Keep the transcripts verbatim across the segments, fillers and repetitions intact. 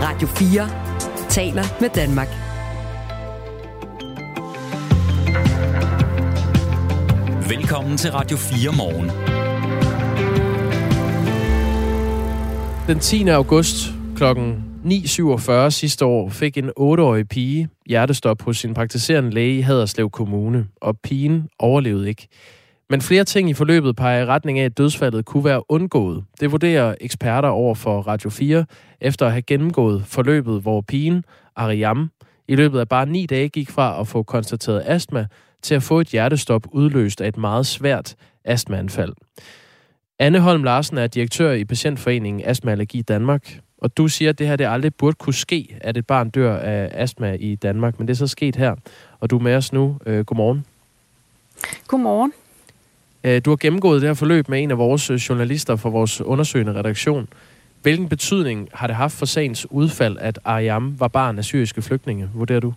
Radio fire taler med Danmark. Velkommen til Radio fire morgen. Den tiende august klokken ni syvogfyrre sidste år fik en otteårig pige hjertestop hos sin praktiserende læge i Haderslev Kommune, og pigen overlevede ikke. Men flere ting i forløbet peger i retning af, at dødsfaldet kunne være undgået. Det vurderer eksperter over for Radio fire, efter at have gennemgået forløbet, hvor pigen, Ariam, i løbet af bare ni dage gik fra at få konstateret astma, til at få et hjertestop udløst af et meget svært astmaanfald. Anne Holm Larsen er direktør i Patientforeningen Astma Allergi Danmark, og du siger, at det her det aldrig burde kunne ske, at et barn dør af astma i Danmark, men det er så sket her, og du er med os nu. Øh, godmorgen. Godmorgen. Øh, du har gennemgået det her forløb med en af vores journalister fra vores undersøgende redaktion. Hvilken betydning har det haft for sagens udfald, at Ariam var barn af syriske flygtninge, vurderer du?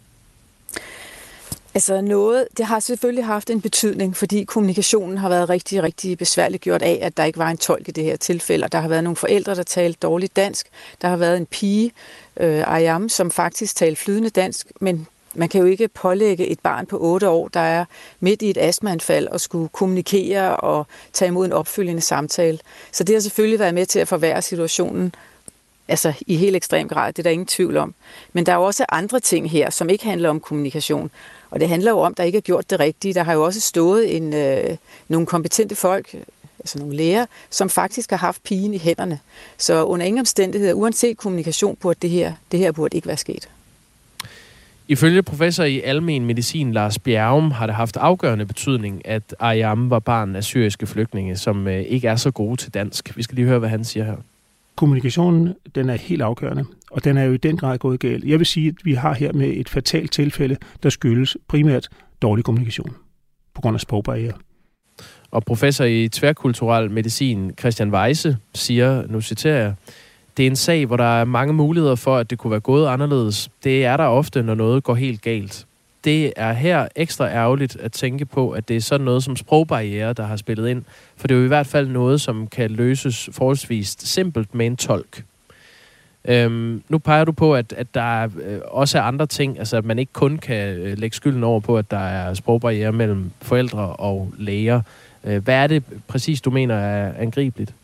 Altså noget, det har selvfølgelig haft en betydning, fordi kommunikationen har været rigtig, rigtig besværligt gjort af, at der ikke var en tolk i det her tilfælde. Der har været nogle forældre, der talte dårligt dansk. Der har været en pige, øh, Ariam, som faktisk talte flydende dansk, men man kan jo ikke pålægge et barn på otte år, der er midt i et astmaanfald og skulle kommunikere og tage imod en opfølgende samtale. Så det har selvfølgelig været med til at forværre situationen, altså i helt ekstrem grad, det er der ingen tvivl om. Men der er jo også andre ting her, som ikke handler om kommunikation. Og det handler jo om, at der ikke er gjort det rigtige. Der har jo også stået en, øh, nogle kompetente folk, altså nogle læger, som faktisk har haft pigen i hænderne. Så under ingen omstændigheder, uanset kommunikation, burde det her, det her burde ikke være sket. Ifølge professor i almen medicin Lars Bjerrum har det haft afgørende betydning, at Ariam var barn af syriske flygtninge, som øh, ikke er så gode til dansk. Vi skal lige høre, hvad han siger her. Kommunikationen, den er helt afgørende, og den er jo i den grad gået galt. Jeg vil sige, at vi har her med et fatalt tilfælde, der skyldes primært dårlig kommunikation på grund af sprogbarriere. Og professor i tværkulturel medicin Christian Weise siger, nu citerer jeg, det er en sag, hvor der er mange muligheder for, at det kunne være gået anderledes. Det er der ofte, når noget går helt galt. Det er her ekstra ærgerligt at tænke på, at det er sådan noget som sprogbarriere, der har spillet ind. For det er jo i hvert fald noget, som kan løses forholdsvis simpelt med en tolk. Øhm, nu peger du på, at, at der er, øh, også er andre ting, altså at man ikke kun kan øh, lægge skylden over på, at der er sprogbarriere mellem forældre og læger. Øh, hvad er det præcis, du mener er angribeligt?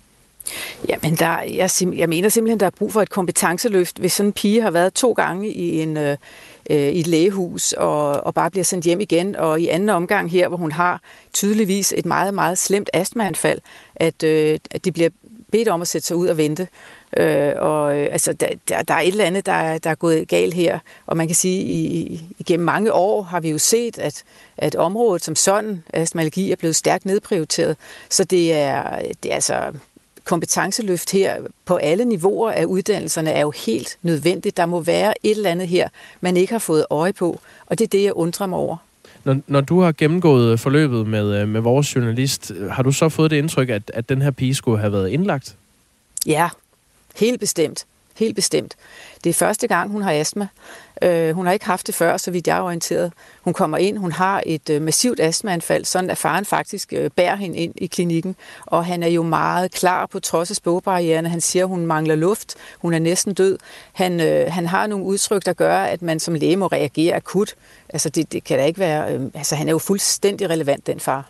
Jamen, der, jeg, jeg mener simpelthen, der er brug for et kompetenceløft. Hvis sådan en pige har været to gange i, en, øh, i et lægehus og, og bare bliver sendt hjem igen, og i anden omgang her, hvor hun har tydeligvis et meget, meget slemt astmaanfald, at, øh, at de bliver bedt om at sætte sig ud og vente. Øh, og øh, altså, der, der, der er et eller andet, der er, der er gået galt her, og man kan sige, i, igennem mange år har vi jo set, at, at området som sådan, astma allergi, er blevet stærkt nedprioriteret. Så det er, det er altså... kompetenceløft her på alle niveauer af uddannelserne er jo helt nødvendigt. Der må være et eller andet her, man ikke har fået øje på, og det er det, jeg undrer mig over. Når, når du har gennemgået forløbet med, med vores journalist, har du så fået det indtryk, at, at den her pige skulle have været indlagt? Ja, helt bestemt. Helt bestemt. Det er første gang, hun har astma. Øh, hun har ikke haft det før, så vidt jeg er orienteret. Hun kommer ind, hun har et øh, massivt astmaanfald, sådan at faren faktisk øh, bærer hende ind i klinikken. Og han er jo meget klar på trods af sprogbarriererne. Han siger, at hun mangler luft. Hun er næsten død. Han, øh, han har nogle udtryk, der gør, at man som læge må reagere akut. Altså det, det kan da ikke være... Øh, altså han er jo fuldstændig relevant, den far.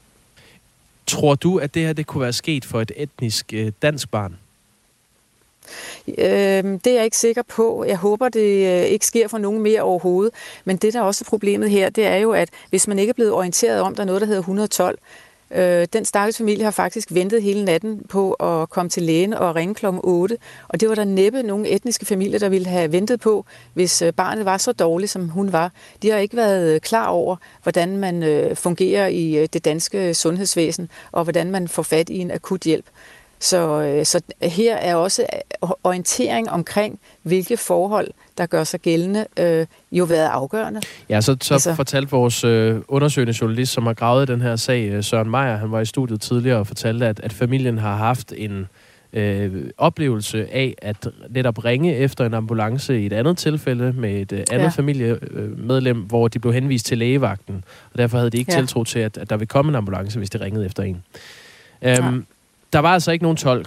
Tror du, at det her det kunne være sket for et etnisk øh, dansk barn? Øh, det er jeg ikke sikker på. Jeg håber, det øh, ikke sker for nogen mere overhovedet. Men det, der også er problemet her, det er jo, at hvis man ikke er blevet orienteret om, der er noget, der hedder et hundrede og tolv, øh, den stakkels familie har faktisk ventet hele natten på at komme til lægen og ringe klokken otte. Og det var der næppe nogle etniske familier, der ville have ventet på, hvis barnet var så dårligt, som hun var. De har ikke været klar over, hvordan man øh, fungerer i øh, det danske sundhedsvæsen, og hvordan man får fat i en akut hjælp. Så, så her er også orientering omkring, hvilke forhold, der gør sig gældende, øh, jo været afgørende. Ja, så, så altså. fortalte vores øh, undersøgende journalist, som har gravet den her sag, Søren Meier, han var i studiet tidligere og fortalte, at, at familien har haft en øh, oplevelse af at netop ringe efter en ambulance i et andet tilfælde med et øh, andet ja. familiemedlem, hvor de blev henvist til lægevagten, og derfor havde de ikke ja. tiltro til, at, at der ville komme en ambulance, hvis de ringede efter en. Øhm, ja. Der var altså ikke nogen tolk.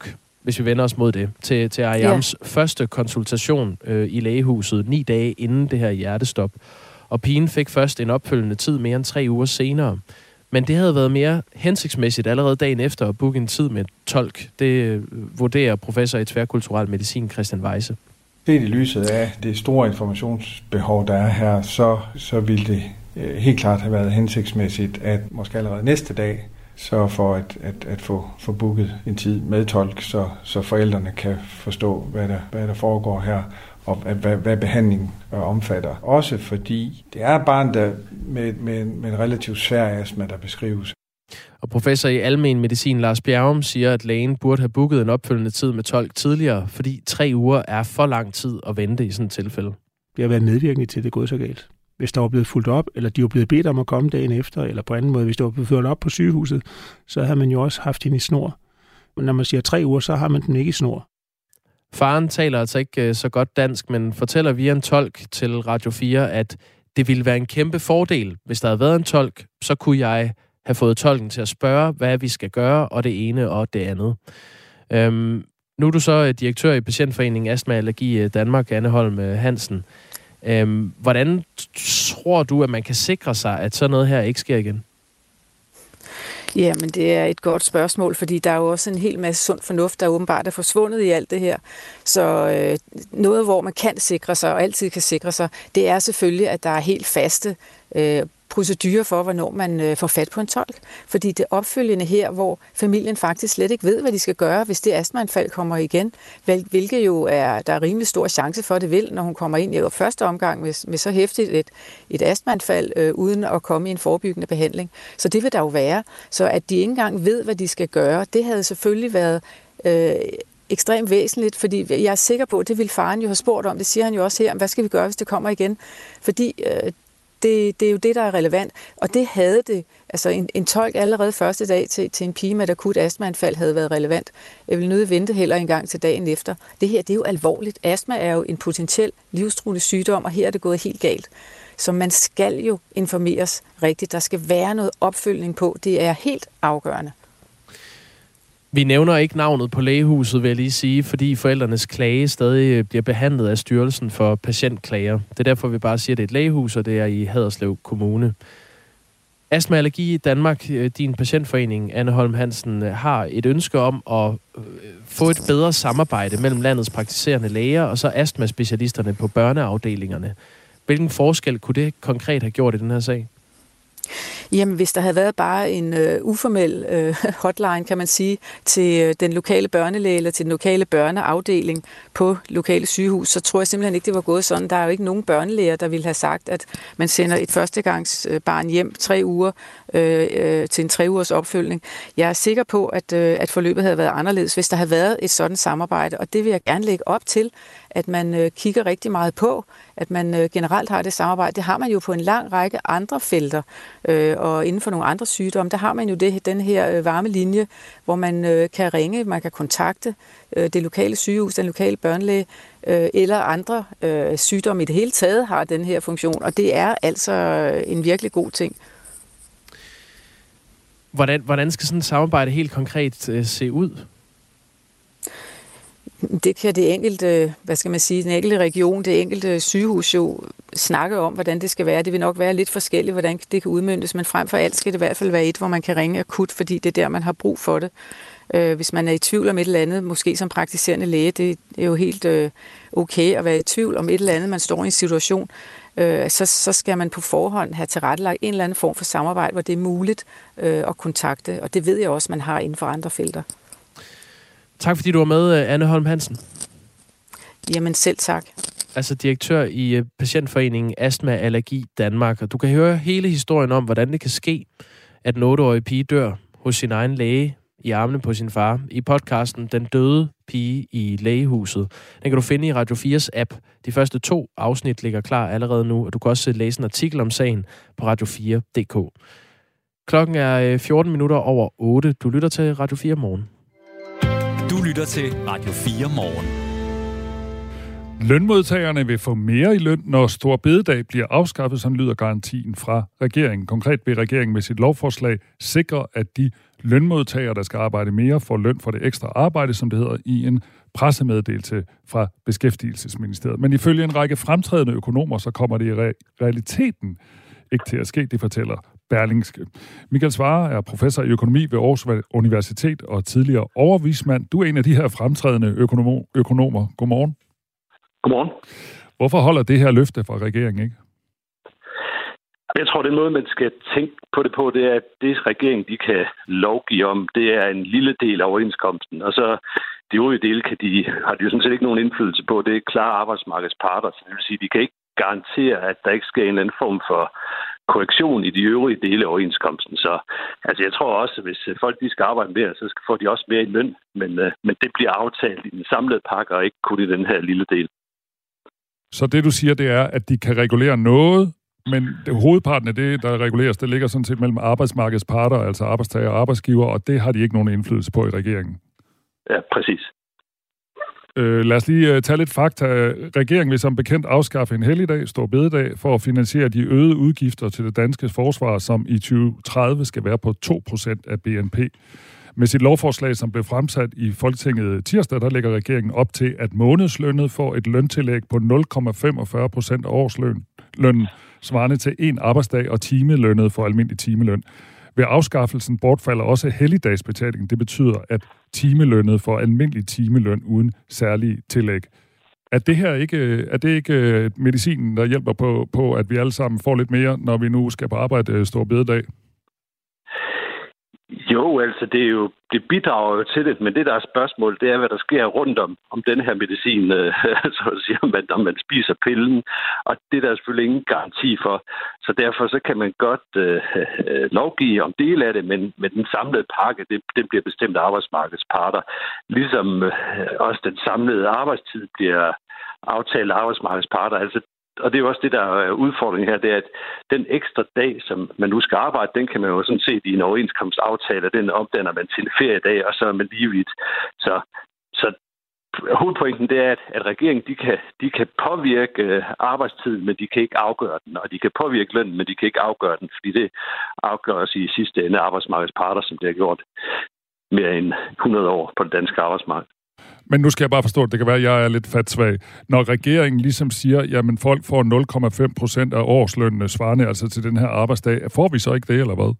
hvis vi vender os mod det, til, til Ariams ja. første konsultation øh, i lægehuset, ni dage inden det her hjertestop. Og pigen fik først en opfølgende tid mere end tre uger senere. Men det havde været mere hensigtsmæssigt allerede dagen efter at booke en tid med tolk. Det vurderer professor i tværkulturel medicin Christian Weise. Set i lyset af det store informationsbehov, der er her, så, så ville det øh, helt klart have været hensigtsmæssigt, at måske allerede næste dag sørge for at, at, at få, få booket en tid med tolk, så, så forældrene kan forstå, hvad der, hvad der foregår her, og hvad, hvad behandlingen omfatter. Også fordi det er et barn der med, med, med en relativt svær astma, der beskrives. Og professor i almen medicin Lars Bjerrum siger, at lægen burde have booket en opfølgende tid med tolk tidligere, fordi tre uger er for lang tid at vente i sådan et tilfælde. Det har været medvirkende til, at det er gået så galt. Hvis der var blevet fulgt op, eller de var blevet bedt om at komme dagen efter, eller på anden måde, hvis der var blevet ført op på sygehuset, så har man jo også haft hende i snor. Men når man siger tre uger, så har man den ikke i snor. Faren taler altså ikke så godt dansk, men fortæller via en tolk til Radio fire, at det ville være en kæmpe fordel. Hvis der havde været en tolk, så kunne jeg have fået tolken til at spørge, hvad vi skal gøre, og det ene og det andet. Øhm, nu er du så direktør i Patientforeningen Astma Allergi Danmark, Anne Holm Hansen. Øhm, hvordan tror du, at man kan sikre sig, at sådan noget her ikke sker igen? Ja, men det er et godt spørgsmål, fordi der er jo også en hel masse sund fornuft, der åbenbart er forsvundet i alt det her. Så øh, noget, hvor man kan sikre sig, og altid kan sikre sig, det er selvfølgelig, at der er helt faste øh, procedurer for, hvornår man øh, får fat på en tolk. Fordi det opfølgende her, hvor familien faktisk slet ikke ved, hvad de skal gøre, hvis det astmaanfald kommer igen, hvilket jo er, der er rimelig stor chance for, at det vil, når hun kommer ind i første omgang med, med så hæftigt et, et astmaanfald, øh, uden at komme i en forebyggende behandling. Så det vil der jo være. Så at de ikke engang ved, hvad de skal gøre, det havde selvfølgelig været øh, ekstremt væsentligt, fordi jeg er sikker på, at det ville faren jo have spurgt om. Det siger han jo også her. Hvad skal vi gøre, hvis det kommer igen? Fordi øh, Det, det er jo det, der er relevant. Og det havde det. Altså en, en tolk allerede første dag til, til en pige med et akut astmaanfald havde været relevant. Jeg vil nødt vente heller en gang til dagen efter. Det her, det er jo alvorligt. Astma er jo en potentiel livstruende sygdom, og her er det gået helt galt. Så man skal jo informeres rigtigt. Der skal være noget opfølgning på. Det er helt afgørende. Vi nævner ikke navnet på lægehuset, vil jeg lige sige, fordi forældrenes klage stadig bliver behandlet af Styrelsen for Patientklager. Det er derfor, vi bare siger, at det er et lægehus, og det er i Haderslev Kommune. Astma Allergi Danmark, din patientforening, Anne Holm Hansen, har et ønske om at få et bedre samarbejde mellem landets praktiserende læger og så astmaspecialisterne på børneafdelingerne. Hvilken forskel kunne det konkret have gjort i den her sag? Jamen, hvis der havde været bare en øh, uformel øh, hotline, kan man sige, til øh, den lokale børnelæge eller til den lokale børneafdeling på lokale sygehus, så tror jeg simpelthen ikke, det var gået sådan. Der er jo ikke nogen børnelæger, der ville have sagt, at man sender et førstegangsbarn hjem tre uger øh, øh, til en tre ugers opfølgning. Jeg er sikker på, at, øh, at forløbet havde været anderledes, hvis der havde været et sådan samarbejde, og det vil jeg gerne lægge op til, at man øh, kigger rigtig meget på, at man øh, generelt har det samarbejde. Det har man jo på en lang række andre felter, øh, og inden for nogle andre sygdomme, der har man jo det, den her øh, varme linje, hvor man øh, kan ringe, man kan kontakte øh, det lokale sygehus, den lokale børnelæge, øh, eller andre øh, sygdomme i det hele taget har den her funktion, og det er altså en virkelig god ting. Hvordan, hvordan skal sådan et samarbejde helt konkret øh, se ud? Det kan det enkelte, hvad skal man sige, den enkelte region, det enkelte sygehus jo snakke om, hvordan det skal være. Det vil nok være lidt forskelligt, hvordan det kan udmøntes, men frem for alt skal det i hvert fald være et, hvor man kan ringe akut, fordi det er der, man har brug for det. Hvis man er i tvivl om et eller andet, måske som praktiserende læge, det er jo helt okay at være i tvivl om et eller andet, man står i en situation, så, så skal man på forhånd have tilrettelagt en eller anden form for samarbejde, hvor det er muligt at kontakte, og det ved jeg også, man har inden for andre felter. Tak fordi du var med, Anne Holm Hansen. Jamen selv tak. Altså direktør i Patientforeningen Astma Allergi Danmark. Og du kan høre hele historien om, hvordan det kan ske, at en otteårig pige dør hos sin egen læge i armene på sin far. I podcasten Den døde pige i lægehuset. Den kan du finde i Radio fires app. De første to afsnit ligger klar allerede nu, og du kan også læse en artikel om sagen på radio fire punktum d k. Klokken er fjorten minutter over otte. Du lytter til Radio fire Morgen. Du lytter til Radio fire Morgen. Lønmodtagerne vil få mere i løn, når Store Bededag bliver afskaffet, sådan lyder garantien fra regeringen. Konkret vil regeringen med sit lovforslag sikre, at de Lønmodtagere, der skal arbejde mere, får løn for det ekstra arbejde, som det hedder, i en pressemeddelelse fra Beskæftigelsesministeriet. Men ifølge en række fremtrædende økonomer, så kommer det i re- realiteten ikke til at ske, det fortæller Berlingske. Michael Svarer er professor i økonomi ved Aarhus Universitet og tidligere overvismand. Du er en af de her fremtrædende økonomer. økonomer. Godmorgen. Godmorgen. Hvorfor holder det her løfte fra regeringen ikke? Jeg tror, det er noget, man skal tænke på det på, det er, at det regeringen de kan lovgive om, det er en lille del af overenskomsten. Og så de øvrige dele kan de, har de jo sådan set ikke nogen indflydelse på. Det er klare arbejdsmarkedsparter. Så det vil sige, de kan ikke garantere, at der ikke sker en eller anden form for korrektion i de øvrige dele af overenskomsten. Så altså, jeg tror også, at hvis folk de skal arbejde mere, så får de også mere i løn. Men, øh, men det bliver aftalt i den samlede pakke, og ikke kun i den her lille del. Så det, du siger, det er, at de kan regulere noget, men det, hovedparten af det, der reguleres, det ligger sådan set mellem arbejdsmarkedets parter, altså arbejdstager og arbejdsgiver, og det har de ikke nogen indflydelse på i regeringen. Ja, præcis. Øh, lad os lige uh, tage lidt fakta. Regeringen vil som bekendt afskaffe en helligdag, stor bededag, for at finansiere de øgede udgifter til det danske forsvar, som i tyve tredive skal være på to procent af B N P. Med sit lovforslag, som blev fremsat i Folketinget tirsdag, der lægger regeringen op til, at månedslønnet får et løntillæg på nul komma femogfyrre procent af årslønnen, svarende til en arbejdsdag og timelønnet for almindelig timeløn. Ved afskaffelsen bortfalder også helligdagsbetalingen. Det betyder, at timelønnet får almindelig timeløn uden særlige tillæg. Er det her ikke, er det ikke medicinen, der hjælper på, på, at vi alle sammen får lidt mere, når vi nu skal på arbejde stor bededag? Jo, altså det er jo, det bidrager jo til det, men det der er spørgsmål, det er, hvad der sker rundt om, om den her medicin, øh, så siger man, om man spiser pillen, og det er der selvfølgelig ingen garanti for. Så derfor så kan man godt øh, lovgive om del af det, men med den samlede pakke, det, det bliver bestemt af arbejdsmarkedets parter. Ligesom øh, også den samlede arbejdstid bliver aftalt af arbejdsmarkedets parter. Altså og det er jo også det, der er udfordringen her, det er, at den ekstra dag, som man nu skal arbejde, den kan man jo sådan set i en overenskomstaftale, den omdanner man til en feriedag, og så er man lige vidt. Så, så hovedpointen det er, at, at regeringen de kan, de kan påvirke arbejdstiden, men de kan ikke afgøre den, og de kan påvirke lønnen, men de kan ikke afgøre den, fordi det afgøres i sidste ende arbejdsmarkedets parter, som det har gjort mere end hundrede år på det danske arbejdsmarked. Men nu skal jeg bare forstå, at det kan være, at jeg er lidt fatsvag. Når regeringen ligesom siger, jamen folk får nul komma fem procent af årslønnen svarende altså til den her arbejdsdag, får vi så ikke det, eller hvad?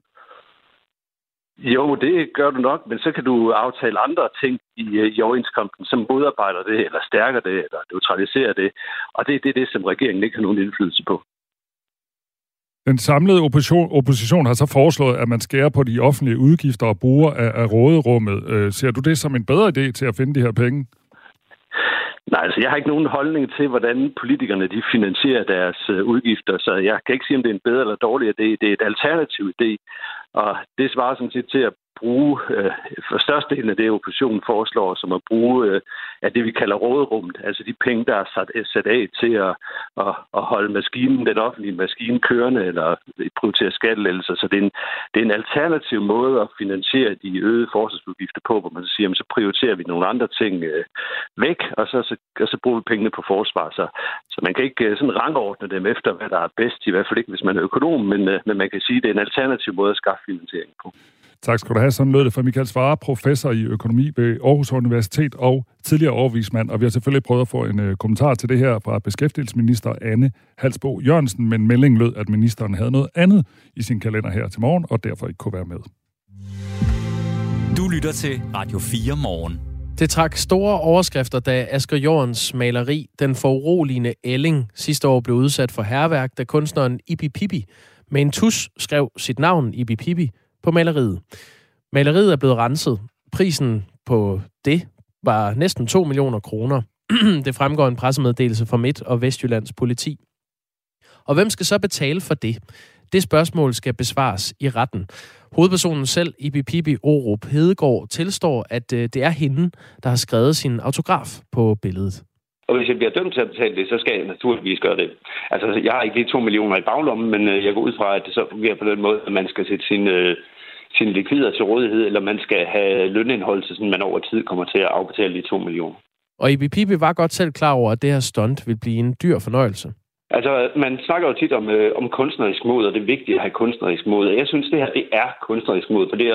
Jo, det gør du nok, men så kan du aftale andre ting i, i overenskomsten, som modarbejder det, eller stærker det, eller neutraliserer det. Og det er det, det, som regeringen ikke har nogen indflydelse på. Den samlede opposition, opposition har så foreslået, at man skærer på de offentlige udgifter og bruger af, af råderummet. Øh, ser du det som en bedre idé til at finde de her penge? Nej, altså jeg har ikke nogen holdning til, hvordan politikerne de finansierer deres øh, udgifter, så jeg kan ikke sige, om det er en bedre eller dårlig idé. Det er et alternativ idé, og det svarer sådan set til at bruge, øh, for størstedelen af det, oppositionen foreslår, som at bruge øh, af det, vi kalder råderummet, altså de penge, der er sat, sat af til at, at, at holde maskinen, den offentlige maskine kørende, eller prioritere skattelettelser. Så det er, en, det er en alternativ måde at finansiere de øgede forsvarsudgifter på, hvor man så siger, jamen, så prioriterer vi nogle andre ting øh, væk, og så, så, og så bruger vi pengene på forsvar. Så, så man kan ikke sådan rangordne dem efter, hvad der er bedst, i hvert fald ikke, hvis man er økonom, men, øh, men man kan sige, at det er en alternativ måde at skaffe finansiering på. Tak skal du have. Sådan lød det fra Michael Svarer, professor i økonomi ved Aarhus Universitet og tidligere overvismand. Og vi har selvfølgelig prøvet at få en uh, kommentar til det her fra beskæftigelsesminister Anne Halsboe Jørgensen, men meldingen lød, at ministeren havde noget andet i sin kalender her til morgen, og derfor ikke kunne være med. Du lytter til Radio fire Morgen. Det trak store overskrifter, da Asger Jorns maleri Den foruroligende ælling sidste år blev udsat for hærværk, da kunstneren Ibi Pippi med en tus skrev sit navn Ibi Pippi på maleriet. Maleriet er blevet renset. Prisen på det var næsten to millioner kroner. Det fremgår en pressemeddelelse fra Midt- og Vestjyllands politi. Og hvem skal så betale for det? Det spørgsmål skal besvares i retten. Hovedpersonen selv, Ibi Pippi Orup Hedegaard, tilstår, at det er hende, der har skrevet sin autograf på billedet. Og hvis jeg bliver dømt til at betale det, så skal jeg naturligvis gøre det. Altså, jeg har ikke lige to millioner i baglommen, men jeg går ud fra, at det så fungerer på den måde, at man skal sætte sine, sine likvider til rådighed, eller man skal have lønindhold, så man over tid kommer til at afbetale de to millioner. Og Ibi Pippi var godt selv klar over, at det her stunt vil blive en dyr fornøjelse. Altså, man snakker jo tit om, øh, om kunstnerisk mod, og det er vigtigt at have kunstnerisk mod. Jeg synes, det her det er kunstnerisk mod, for det er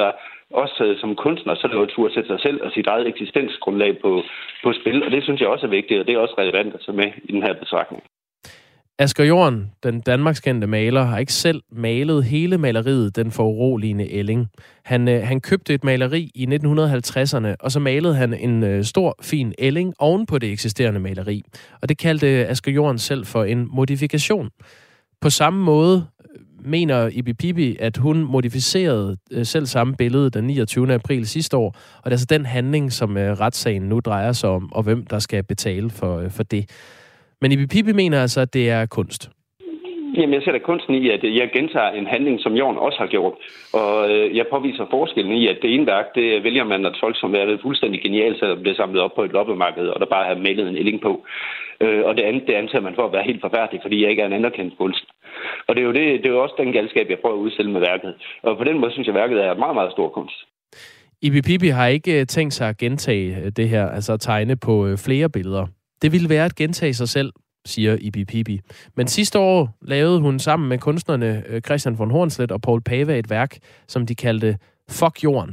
også øh, som kunstner, så er det jo tur at sætte sig selv og sit eget eksistensgrundlag på, på spil, og det synes jeg også er vigtigt, og det er også relevant at tage med i den her betragtning. Asger Jorn, den danmarkskendte maler, har ikke selv malet hele maleriet Den foruroligende ælling. Han, øh, han købte et maleri i nitten halvtredserne, og så malede han en øh, stor, fin ælling oven på det eksisterende maleri. Og det kaldte Asger Jorn selv for en modifikation. På samme måde mener Ibi Pibi, at hun modificerede øh, selv samme billede den niogtyvende april sidste år, og det er altså den handling, som øh, retssagen nu drejer sig om, og hvem der skal betale for, øh, for det. Men Ibi Pibi mener altså, at det er kunst. Jamen, jeg sætter kunsten i, at jeg gentager en handling, som Jorn også har gjort. Og øh, jeg påviser forskellen i, at det ene værk, det vælger man at folk, som er fuldstændig genialt, så bliver samlet op på et loppemarked, og der bare har malet en ælling på. Øh, og det andet, det antager man for at være helt forfærdelig, fordi jeg ikke er en anerkendt kunst. Og det er jo, det, det er jo også den galskab, jeg prøver at udstille med værket. Og på den måde synes jeg, at værket er meget, meget stor kunst. Ibi Pibi har ikke tænkt sig at gentage det her, altså at tegne på flere billeder. Det ville være at gentage sig selv, siger Ibi Pibi. Men sidste år lavede hun sammen med kunstnerne Christian von Hornslet og Paul Pava et værk, som de kaldte Fuck Jorden.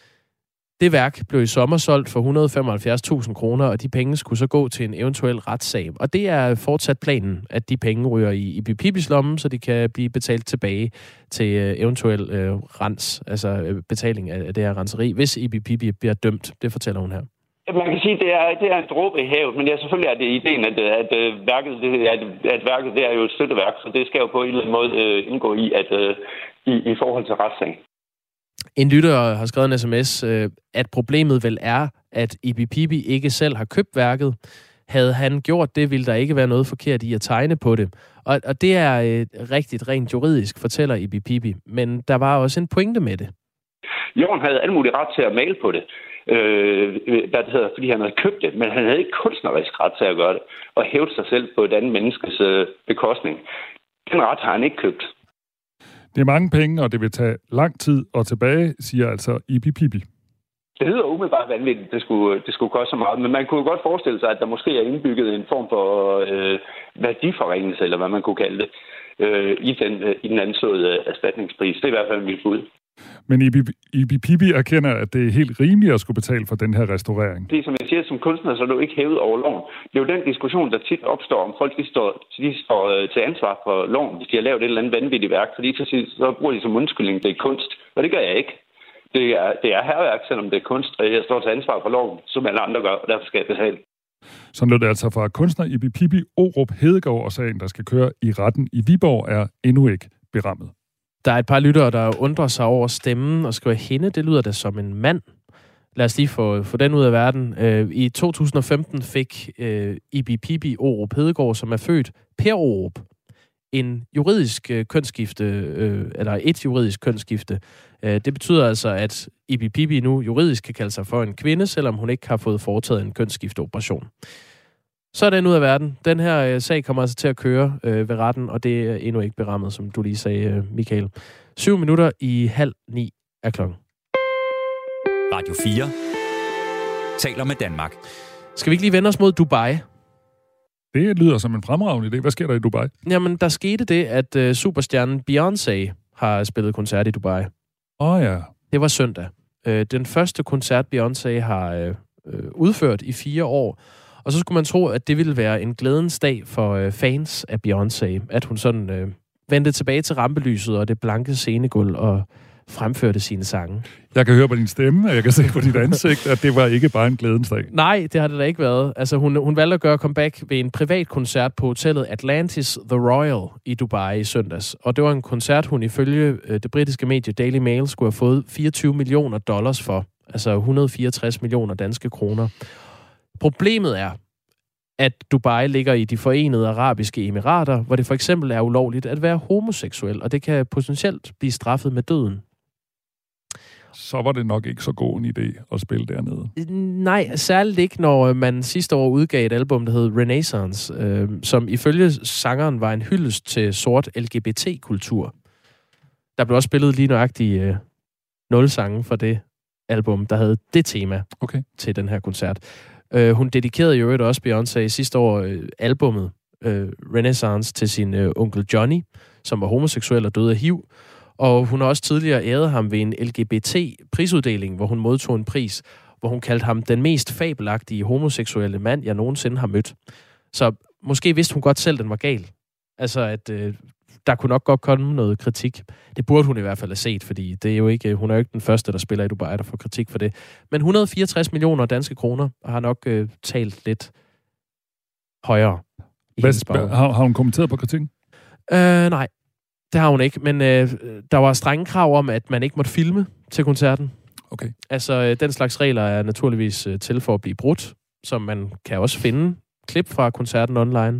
Det værk blev i sommer solgt for et hundrede og femoghalvfjerds tusind kroner, og de penge skulle så gå til en eventuel retssag. Og det er fortsat planen, at de penge ryger i Ibi Pibis lomme, så de kan blive betalt tilbage til eventuel øh, rens, altså øh, betaling af det her renseri, hvis Ibi Pibi bliver dømt. Det fortæller hun her. Man kan sige, at det er, det er en dråbe i havet, men ja, selvfølgelig er det ideen, at, at, at, værket, at, at værket det er jo et støtteværk, så det skal jo på en eller anden måde uh, indgå i, at, uh, i, i forhold til retssagen. En lytter har skrevet en sms, uh, at problemet vel er, at Ibi Pibi ikke selv har købt værket. Havde han gjort det, ville der ikke være noget forkert i at tegne på det. Og, og det er uh, rigtigt, rent juridisk, fortæller Ibi Pibi, men der var også en pointe med det. Jorn havde alle mulige ret til at male på det. Øh, hvad det hedder, fordi han havde købt det, men han havde ikke kunstnerisk ret til at gøre det, og hævde sig selv på et andet menneskes øh, bekostning. Den ret har han ikke købt. Det er mange penge, og det vil tage lang tid og tilbage, siger altså Ibi Pibi. Det lyder umiddelbart vanvittigt, det skulle, det skulle koste så meget, men man kunne godt forestille sig, at der måske er indbygget en form for øh, værdiforringelse, eller hvad man kunne kalde det, øh, i, den, øh, i den anslåede erstatningspris. Det er i hvert fald mit bud. Men Ibi, Ibi Pibi erkender, at det er helt rimeligt at skulle betale for den her restaurering. Det, som jeg siger, som kunstner, så er du ikke hævet over loven. Det er jo den diskussion, der tit opstår, om folk de står, de står til ansvar for loven, hvis de har lavet et eller andet vanvittigt værk, fordi så, så bruger de som undskyldning, det er kunst. Og det gør jeg ikke. Det er, det er herværk, selvom det er kunst, og jeg står til ansvar for loven, som alle andre gør, og derfor skal jeg betale. Sådan lød det altså fra kunstner Ibi Pibi Orup Hedegaard, og sagen, der skal køre i retten i Viborg, er endnu ikke berammet. Der er et par lyttere, der undrer sig over stemmen og skriver hende. Det lyder da som en mand. Lad os lige få, få den ud af verden. Øh, I to tusind og femten fik øh, Ibi Pibi Orup Hedegaard, som er født Per Orup, en juridisk øh, kønsskifte, øh, eller et juridisk kønsskifte. Øh, det betyder altså, at Ibi Pibi nu juridisk kan kalde sig for en kvinde, selvom hun ikke har fået foretaget en kønsskifteoperation. Så er den ud af verden. Den her øh, sag kommer altså til at køre øh, ved retten, og det er endnu ikke berammet, som du lige sagde, øh, Michael. Syv minutter i halv ni er klokken. Radio fire taler med Danmark. Skal vi ikke lige vende os mod Dubai? Det lyder som en fremragende idé. Hvad sker der i Dubai? Jamen, der skete det, at øh, superstjernen Beyoncé har spillet koncert i Dubai. Åh oh, ja. Det var søndag. Øh, den første koncert, Beyoncé har øh, udført i fire år. Og så skulle man tro, at det ville være en glædens dag for øh, fans af Beyoncé, at hun sådan øh, vendte tilbage til rampelyset og det blanke scenegulv og fremførte sine sange. Jeg kan høre på din stemme, og jeg kan se på dit ansigt, at det var ikke bare en glædens dag. Nej, det har det da ikke været. Altså, hun, hun valgte at gøre comeback ved en privat koncert på hotellet Atlantis The Royal i Dubai i søndags. Og det var en koncert, hun ifølge øh, det britiske medie Daily Mail skulle have fået fireogtyve millioner dollars for. Altså et hundrede og fireogtres millioner danske kroner. Problemet er, at Dubai ligger i de forenede arabiske emirater, hvor det for eksempel er ulovligt at være homoseksuel, og det kan potentielt blive straffet med døden. Så var det nok ikke så god en idé at spille dernede. Nej, særligt ikke, når man sidste år udgav et album, der hed Renaissance, øh, som ifølge sangeren var en hyldest til sort L G B T-kultur. Der blev også spillet lige nøjagtigt øh, nul sange for det album, der havde det tema okay. til den her koncert. Uh, hun dedikerede jo også Beyoncé sidste år uh, albummet uh, Renaissance til sin uh, onkel Johnny, som var homoseksuel og døde af H I V. Og hun har også tidligere æret ham ved en L G B T-prisuddeling, hvor hun modtog en pris, hvor hun kaldte ham den mest fabelagtige homoseksuelle mand, jeg nogensinde har mødt. Så måske vidste hun godt selv, den var gal. Altså, at øh, der kunne nok godt komme noget kritik. Det burde hun i hvert fald have set, fordi det er jo ikke, hun er jo ikke den første, der spiller i Dubai, der får kritik for det. Men et hundrede og fireogtres millioner danske kroner har nok øh, talt lidt højere. Hvad, har, har hun kommenteret på kritikken? Øh, nej, det har hun ikke. Men øh, der var strenge krav om, at man ikke måtte filme til koncerten. Okay. Altså, øh, den slags regler er naturligvis øh, til for at blive brudt, som man kan også finde klip fra koncerten online.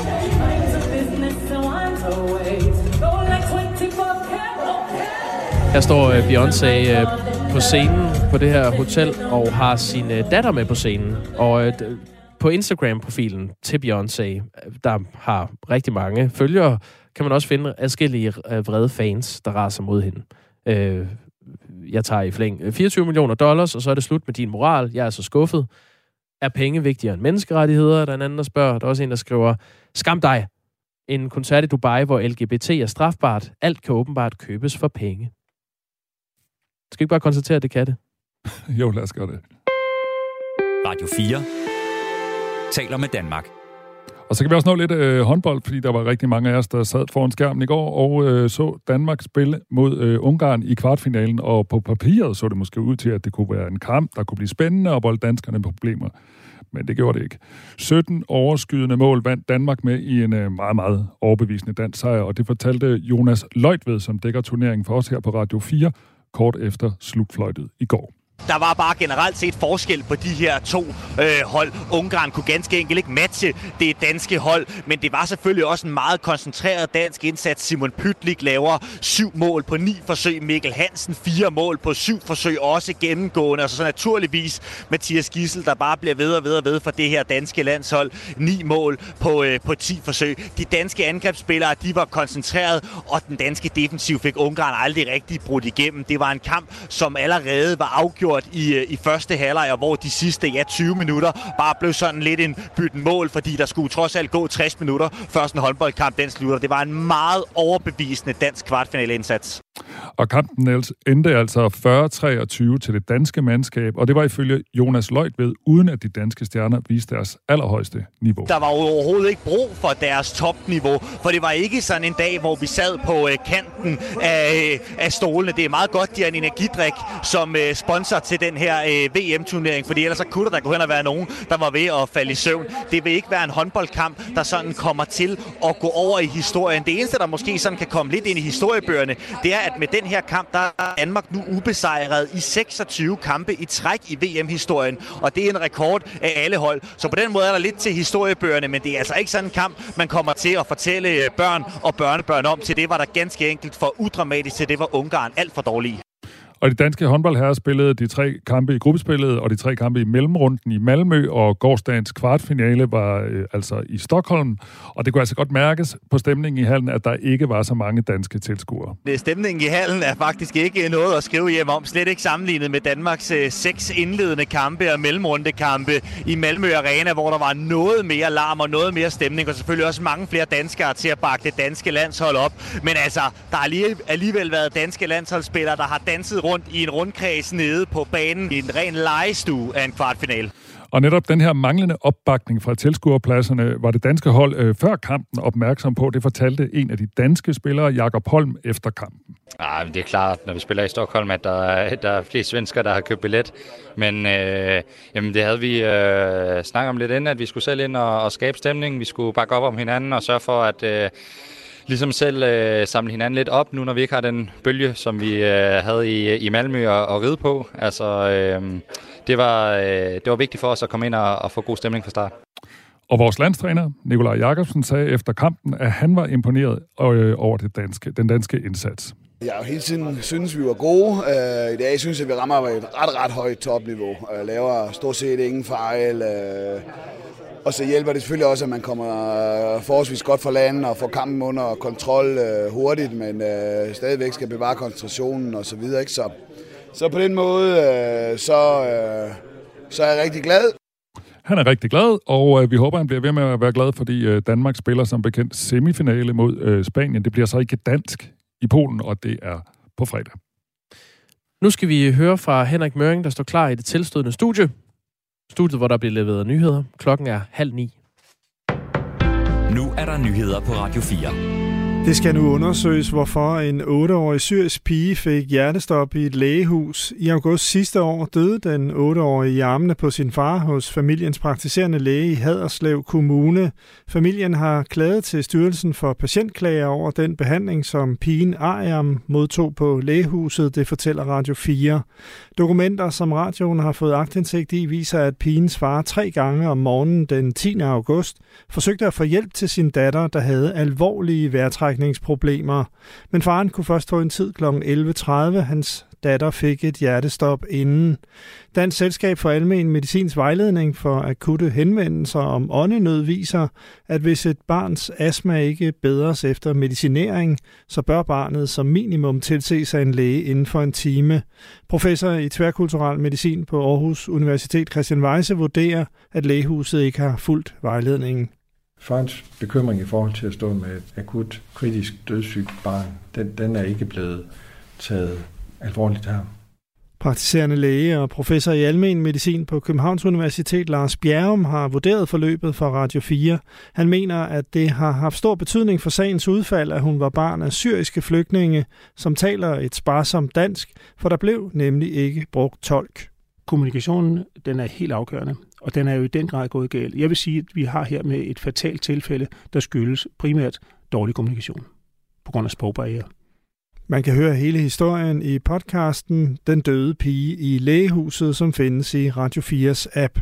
Her står øh, Beyoncé øh, på scenen på det her hotel og har sin øh, datter med på scenen. Og øh, på Instagram-profilen til Beyoncé, der har rigtig mange følgere, kan man også finde adskillige øh, vrede fans, der raser mod hende. Øh, jeg tager i flæng fireogtyve millioner dollars, og så er det slut med din moral. Jeg er så skuffet. Er penge vigtigere end menneskerettigheder? Der er en anden, der spørger. Der er også en, der skriver, skam dig. En koncert i Dubai, hvor L G B T er strafbart. Alt kan åbenbart købes for penge. Skal vi ikke bare konstatere, at det kan det? Jo, lad os gøre det. Radio fire taler med Danmark. Og så kan vi også nå lidt øh, håndbold, fordi der var rigtig mange af os, der sad foran skærmen i går og øh, så Danmark spille mod øh, Ungarn i kvartfinalen. Og på papiret så det måske ud til, at det kunne være en kamp, der kunne blive spændende og volde danskerne problemer. Men det gjorde det ikke. sytten overskydende mål vandt Danmark med i en øh, meget, meget overbevisende dansk sejr. Og det fortalte Jonas Løjtved, som dækker turneringen for os her på Radio fire, kort efter slutfløjtet i går. Der var bare generelt set forskel på de her to øh, hold. Ungarn kunne ganske enkelt ikke matche det danske hold, men det var selvfølgelig også en meget koncentreret dansk indsats. Simon Pytlik laver syv mål på ni forsøg. Mikkel Hansen fire mål på syv forsøg, også gennemgående. Og så, så naturligvis Mathias Gissel, der bare bliver ved og ved og ved for det her danske landshold. Ni mål på, øh, på ti forsøg. De danske angrebsspillere, de var koncentreret, og den danske defensiv fik Ungarn aldrig rigtig brudt igennem. Det var en kamp, som allerede var afgjort i, i første halvleg, og hvor de sidste ja, tyve minutter bare blev sådan lidt en bytten mål, fordi der skulle trods alt gå tres minutter, før sådan en håndboldkamp den slutter. Det var en meget overbevisende dansk kvartfinaleindsats. Og kampen endte altså fyrre treogtyve til det danske mandskab, og det var ifølge Jonas Løjtved, uden at de danske stjerner viste deres allerhøjeste niveau. Der var overhovedet ikke brug for deres topniveau, for det var ikke sådan en dag, hvor vi sad på kanten af, af stolene. Det er meget godt, de har en energidrik som sponsor til den her V M-turnering, fordi ellers så kunne der, der gå hen og være nogen, der var ved at falde i søvn. Det vil ikke være en håndboldkamp, der sådan kommer til at gå over i historien. Det eneste, der måske sådan kan komme lidt ind i historiebøgerne, det er, at med den her kamp, der er Danmark nu ubesejret i seksogtyve kampe i træk i V M-historien, og det er en rekord af alle hold. Så på den måde er der lidt til historiebøgerne, men det er altså ikke sådan en kamp, man kommer til at fortælle børn og børnebørn om. Til det var der ganske enkelt for udramatisk, til det var Ungarn alt for dårlige. Og de danske håndboldherrer spillede de tre kampe i gruppespillet og de tre kampe i mellemrunden i Malmø, og gårsdagens kvartfinale var øh, altså i Stockholm. Og det kunne altså godt mærkes på stemningen i hallen, at der ikke var så mange danske tilskuere. Stemningen i hallen er faktisk ikke noget at skrive hjem om, slet ikke sammenlignet med Danmarks øh, seks indledende kampe og mellemrundekampe i Malmø Arena, hvor der var noget mere larm og noget mere stemning, og selvfølgelig også mange flere danskere til at bakke det danske landshold op. Men altså, der har alligevel været danske landsholdsspillere, der har danset rundt i en rundkreds nede på banen i en ren legestue af en kvartfinale. Og netop den her manglende opbakning fra tilskuerpladserne var det danske hold øh, før kampen opmærksom på. Det fortalte en af de danske spillere, Jakob Holm, efter kampen. Ja, det er klart, når vi spiller i Stockholm, at der er, der er flere svensker, der har købt billet. Men øh, jamen, det havde vi øh, snakket om lidt inden, at vi skulle selv ind og, og skabe stemning. Vi skulle bakke op om hinanden og sørge for, at øh, ligesom selv øh, samle hinanden lidt op, nu når vi ikke har den bølge, som vi øh, havde i, i Malmø og, og ride på. Altså, øh, det, var, øh, det var vigtigt for os at komme ind og, og få god stemning fra start. Og vores landstræner, Nikolaj Jakobsen, sagde efter kampen, at han var imponeret øh, over det danske, den danske indsats. Jeg har hele tiden synes, vi var gode. I dag synes jeg, vi rammer et ret, ret højt topniveau. Laver stort set ingen fejl. Og så hjælper det selvfølgelig også, at man kommer forholdsvis godt fra landet og får kampen under kontrol hurtigt, men stadigvæk skal bevare koncentrationen og så videre. Ikke? Så, så på den måde, så, så er jeg rigtig glad. Han er rigtig glad, og øh, vi håber, han bliver ved med at være glad, fordi øh, Danmark spiller som bekendt semifinale mod øh, Spanien. Det bliver så ikke dansk i Polen, og det er på fredag. Nu skal vi høre fra Henrik Møring, der står klar i det tilstødende studie. Studiet, hvor der bliver leveret nyheder. Klokken er halv ni. Nu er der nyheder på Radio fire. Det skal nu undersøges, hvorfor en otteårig syrisk pige fik hjertestop i et lægehus. I august sidste år døde den otteårige i armene på sin far hos familiens praktiserende læge i Haderslev Kommune. Familien har klaget til Styrelsen for Patientklager over den behandling, som pigen Ariam modtog på lægehuset, det fortæller Radio fire. Dokumenter, som radioen har fået aktindsigt i, viser, at pigens far tre gange om morgenen den tiende august forsøgte at få hjælp til sin datter, der havde alvorlige vejrtrækningsproblemer. Men faren kunne først få en tid kl. elleve tredive. Hans datter fik et hjertestop inden. Dansk Selskab for Almen Medicins vejledning for akutte henvendelser om åndenød viser, at hvis et barns astma ikke bedres efter medicinering, så bør barnet som minimum tilse sig en læge inden for en time. Professor i tværkulturel medicin på Aarhus Universitet Christian Weise vurderer, at lægehuset ikke har fulgt vejledningen. Farens bekymring i forhold til at stå med et akut, kritisk dødssygt barn, den, den er ikke blevet taget alvorligt her. Praktiserende læge og professor i almen medicin på Københavns Universitet, Lars Bjerrum, har vurderet forløbet for Radio fire. Han mener, at det har haft stor betydning for sagens udfald, at hun var barn af syriske flygtninge, som taler et sparsomt dansk, for der blev nemlig ikke brugt tolk. Kommunikationen, den er helt afgørende, og den er jo i den grad gået galt. Jeg vil sige, at vi har her med et fatalt tilfælde, der skyldes primært dårlig kommunikation på grund af sprogbarriere. Man kan høre hele historien i podcasten Den døde pige i lægehuset, som findes i Radio fires app.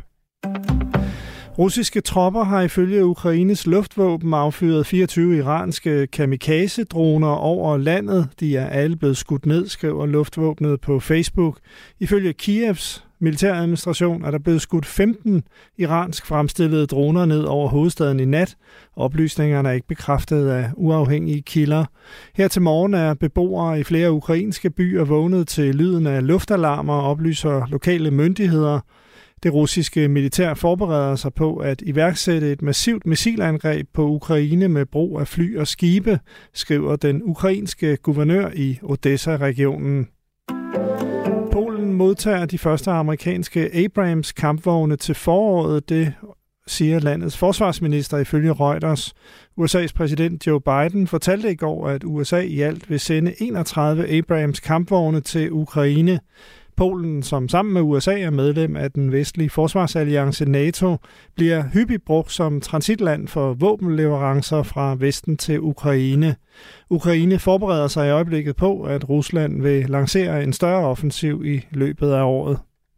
Russiske tropper har ifølge Ukraines luftvåben affyret fireogtyve iranske kamikaze-droner over landet. De er alle blevet skudt ned, skriver luftvåbnet på Facebook. Ifølge Kievs militæradministration er der blevet skudt femten iransk fremstillede droner ned over hovedstaden i nat. Oplysningerne er ikke bekræftet af uafhængige kilder. Her til morgen er beboere i flere ukrainske byer vågnet til lyden af luftalarmer, oplyser lokale myndigheder. Det russiske militær forbereder sig på at iværksætte et massivt missilangreb på Ukraine med brug af fly og skibe, skriver den ukrainske guvernør i Odessa-regionen. Polen modtager de første amerikanske Abrams kampvogne til foråret, det siger landets forsvarsminister ifølge Reuters. U S A's præsident Joe Biden fortalte i går, at U S A i alt vil sende enogtredive Abrams kampvogne til Ukraine. Polen, som sammen med U S A er medlem af den vestlige forsvarsalliance NATO, bliver hyppigt brugt som transitland for våbenleverancer fra Vesten til Ukraine. Ukraine forbereder sig i øjeblikket på, at Rusland vil lancere en større offensiv i løbet af året.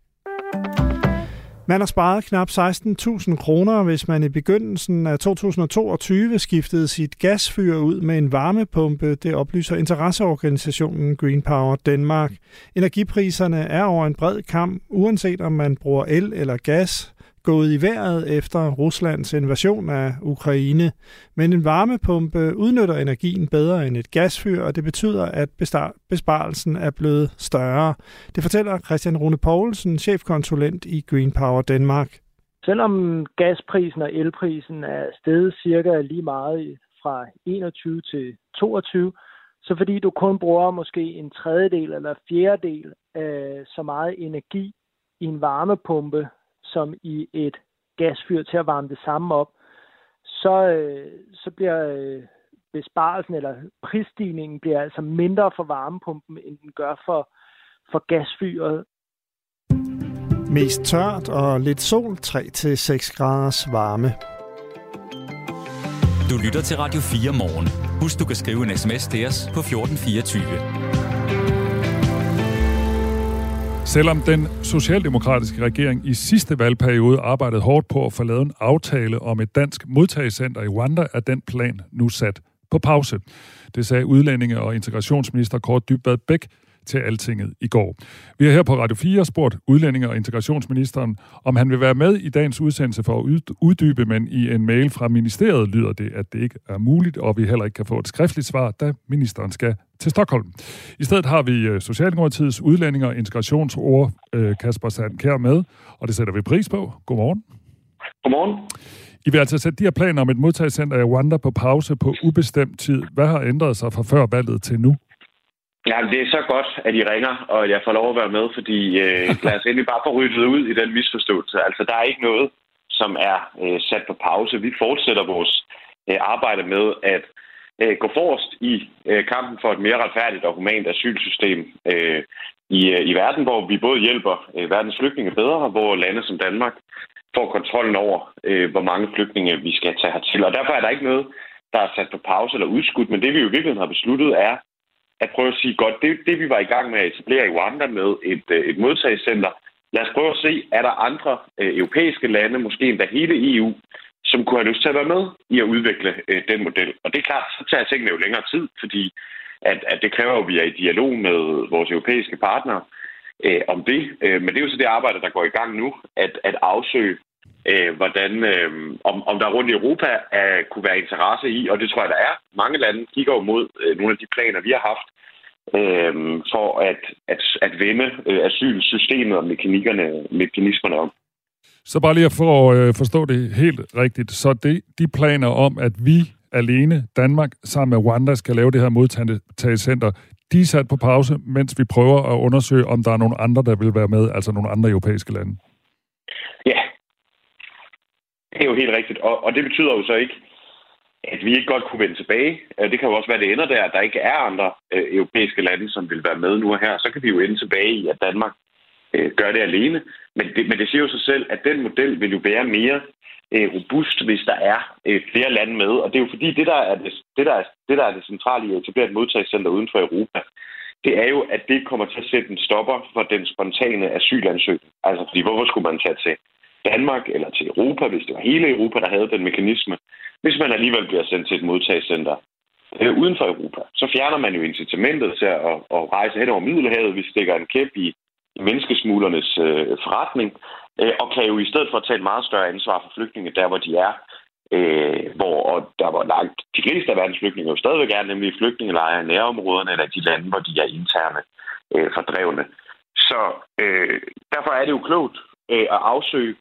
Man har sparet knap seksten tusind kroner, hvis man i begyndelsen af to tusind og toogtyve skiftede sit gasfyr ud med en varmepumpe. Det oplyser interesseorganisationen Green Power Denmark. Energipriserne er over en bred kam, uanset om man bruger el eller gas, gået i vejret efter Ruslands invasion af Ukraine. Men en varmepumpe udnytter energien bedre end et gasfyr, og det betyder, at besparelsen er blevet større. Det fortæller Christian Rune Poulsen, chefkonsulent i Green Power Denmark. Selvom gasprisen og elprisen er steget cirka lige meget fra enogtyve til toogtyve, så fordi du kun bruger måske en tredjedel eller fjerdedel af så meget energi i en varmepumpe, som i et gasfyr til at varme det samme op, så, øh, så bliver øh, besparelsen eller prisstigningen bliver altså mindre for varmepumpen, end den gør for, for gasfyret. Mest tørt og lidt sol, tre til seks graders varme. Du lytter til Radio fire morgen. Husk, du kan skrive en sms til os på fjorten fireogtyve. Selvom den socialdemokratiske regering i sidste valgperiode arbejdede hårdt på at få lavet en aftale om et dansk modtagecenter i Rwanda, er den plan nu sat på pause. Det sagde udlændinge- og integrationsminister Kaare Dybvad Bek til Altinget i går. Vi har her på Radio fire spurgt udlændinge- og integrationsministeren, om han vil være med i dagens udsendelse for at uddybe, men i en mail fra ministeriet lyder det, at det ikke er muligt, og vi heller ikke kan få et skriftligt svar, da ministeren skal til Stockholm. I stedet har vi Socialdemokratiets udlændinge- og integrationsord Kasper Sandkjær med, og det sætter vi pris på. Godmorgen. Godmorgen. I vil altså sætte de her planer om et modtagecenter i Rwanda på pause på ubestemt tid. Hvad har ændret sig fra før valget til nu? Ja, det er så godt, at I ringer, og at jeg får lov at være med, fordi øh, lad os endelig bare få ryddet ud i den misforståelse. Altså, der er ikke noget, som er øh, sat på pause. Vi fortsætter vores øh, arbejde med at øh, gå forrest i øh, kampen for et mere retfærdigt og humant asylsystem øh, i, øh, i verden, hvor vi både hjælper øh, verdens flygtninge bedre, og hvor lande som Danmark får kontrollen over, øh, hvor mange flygtninge vi skal tage hertil. Og derfor er der ikke noget, der er sat på pause eller udskudt, men det vi jo i virkeligheden har besluttet er, at prøve at sige, godt, det, det vi var i gang med at etablere i Rwanda med et, et modtagelsescenter, lad os prøve at se, er der andre øh, europæiske lande, måske endda hele E U, som kunne have lyst til at være med i at udvikle øh, den model. Og det er klart, så tager tingene jo længere tid, fordi at, at det kræver, at vi er i dialog med vores europæiske partnere øh, om det. Øh, men det er jo så det arbejde, der går i gang nu, at, at afsøge, øh, hvordan, øh, om, om der rundt i Europa er, kunne være interesse i, og det tror jeg, der er. Mange lande kigger jo mod øh, nogle af de planer, vi har haft, øh, for at, at, at vende øh, asylsystemet og mekanikkerne, mekanismerne om. Så bare lige for at øh, forstå det helt rigtigt, så det, de planer om, at vi alene, Danmark, sammen med Rwanda, skal lave det her modtagelsescenter, de er sat på pause, mens vi prøver at undersøge, om der er nogle andre, der vil være med, altså nogle andre europæiske lande. Ja, det er jo helt rigtigt. Og, og det betyder jo så ikke, at vi ikke godt kunne vende tilbage. Det kan jo også være, det ender der, at der ikke er andre øh, europæiske lande, som vil være med nu og her. Så kan vi jo ende tilbage i, at Danmark øh, gør det alene. Men det, men det siger jo sig selv, at den model vil jo være mere øh, robust, hvis der er øh, flere lande med. Og det er jo fordi, det der er det, det, der er, det, der er det centrale i at etablere et modtagelsescenter uden for Europa, det er jo, at det kommer til at sætte en stopper for den spontane asylansøgning. Altså, fordi hvorfor skulle man tage til Danmark eller til Europa, hvis det var hele Europa, der havde den mekanisme, hvis man alligevel bliver sendt til et modtagelsescenter øh, uden for Europa, så fjerner man jo incitamentet til at, at rejse hen over Middelhavet, vi stikker en kæp i, i menneskesmuglernes øh, forretning, øh, og kan jo i stedet for at tage et meget større ansvar for flygtninge, der hvor de er, øh, hvor og der hvor langt de fleste af verdens flygtninge jo stadigvæk er, nemlig flygtningelejre i nærområderne, eller de lande, hvor de er interne øh, fordrevne. Så øh, derfor er det jo klogt øh, at afsøge,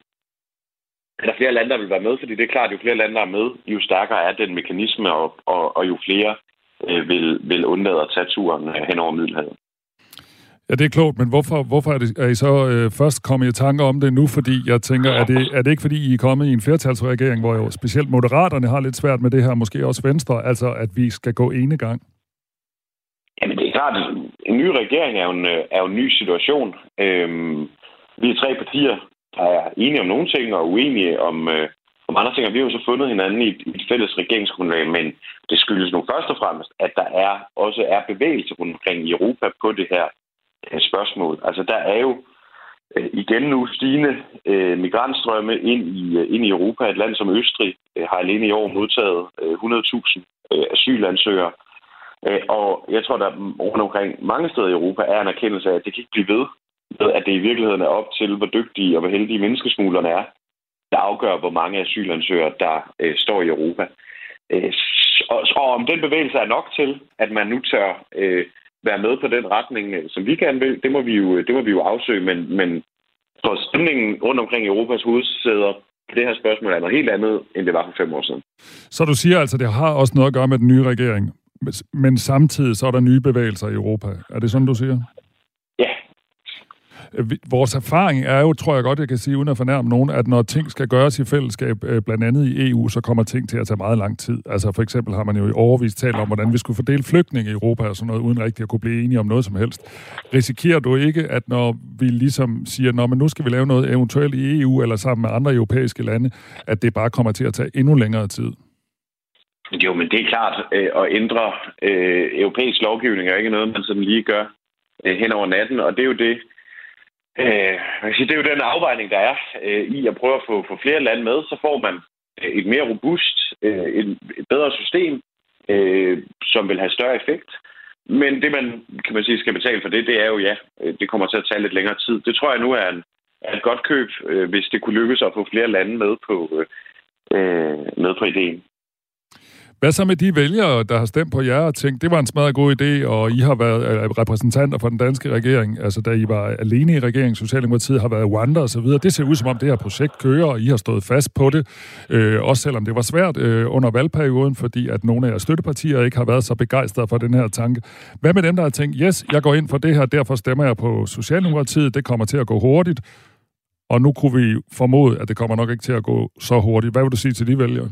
er der flere lande, der vil være med, fordi det er klart, at jo flere lande, der er med, jo stærkere er den mekanisme, og, og, og jo flere øh, vil, vil undlade at tage turen øh, hen over Middelhavet. Ja, det er klogt, men hvorfor, hvorfor er, det, er I så øh, først kommet i tanker om det nu? Fordi jeg tænker, er det, er det ikke fordi, I er kommet i en flertalsregering, hvor jo specielt Moderaterne har lidt svært med det her, måske også Venstre, altså at vi skal gå ene gang? Jamen det er klart, at en ny regering er jo en, er jo en ny situation. Øhm, vi er tre partier, der er enige om nogle ting og uenige om, øh, om andre ting, og vi har jo så fundet hinanden i et, i et fælles regeringsgrundlag, men det skyldes nu først og fremmest, at der er også er bevægelse rundt omkring i Europa på det her øh, spørgsmål. Altså der er jo øh, igen nu stigende øh, migrantstrømme ind i, øh, ind i Europa. Et land som Østrig øh, har alene i år modtaget øh, hundrede tusind øh, asylansøgere, øh, og jeg tror, der rundt omkring mange steder i Europa er en erkendelse af, at det kan ikke blive ved, at det i virkeligheden er op til, hvor dygtige og hvor heldige menneskesmuglerne er, der afgør, hvor mange asylansøgere, der øh, står i Europa. Øh, og, og om den bevægelse er nok til, at man nu tør øh, være med på den retning, øh, som vi gerne vil, det må vi jo, det må vi jo afsøge, men, men for stemningen rundt omkring Europas hovedsæder på det her spørgsmål er noget helt andet, end det var for fem år siden. Så du siger altså, at det har også noget at gøre med den nye regering, men samtidig så er der nye bevægelser i Europa. Er det sådan, du siger? Ja. Vores erfaring er jo, tror jeg godt, jeg kan sige, uden at fornærme nogen, at når ting skal gøres i fællesskab, blandt andet i E U, så kommer ting til at tage meget lang tid. Altså for eksempel har man jo i overvis talt om, hvordan vi skulle fordele flygtninge i Europa og sådan noget, uden rigtig at kunne blive enige om noget som helst. Risikerer du ikke, at når vi ligesom siger, nå, men nu skal vi lave noget eventuelt i E U eller sammen med andre europæiske lande, at det bare kommer til at tage endnu længere tid? Jo, men det er klart, øh, at ændre øh, europæisk lovgivning er ikke noget, man sådan lige gør øh, hen over natten, og det er jo det, øh, det er jo den afvejning, der er øh, i at prøve at få, få flere lande med, så får man et mere robust, øh, et, et bedre system, øh, som vil have større effekt. Men det, man kan man sige, skal betale for det, det er jo, ja, det kommer til at tage lidt længere tid. Det tror jeg nu er, en, er et godt køb, øh, hvis det kunne lykkes at få flere lande med på, øh, med på ideen. Hvad så med de vælgere, der har stemt på jer og tænkt, det var en smadret god idé, og I har været repræsentanter for den danske regering, altså da I var alene i regeringen, Socialdemokratiet har været Rwanda og så videre. Det ser ud som om det her projekt kører, og I har stået fast på det, øh, også selvom det var svært øh, under valgperioden, fordi at nogle af jeres støttepartier ikke har været så begejstrede for den her tanke. Hvad med dem, der har tænkt, yes, jeg går ind for det her, derfor stemmer jeg på Socialdemokratiet, det kommer til at gå hurtigt, og nu kunne vi formode, at det kommer nok ikke til at gå så hurtigt. Hvad vil du sige til de vælgere?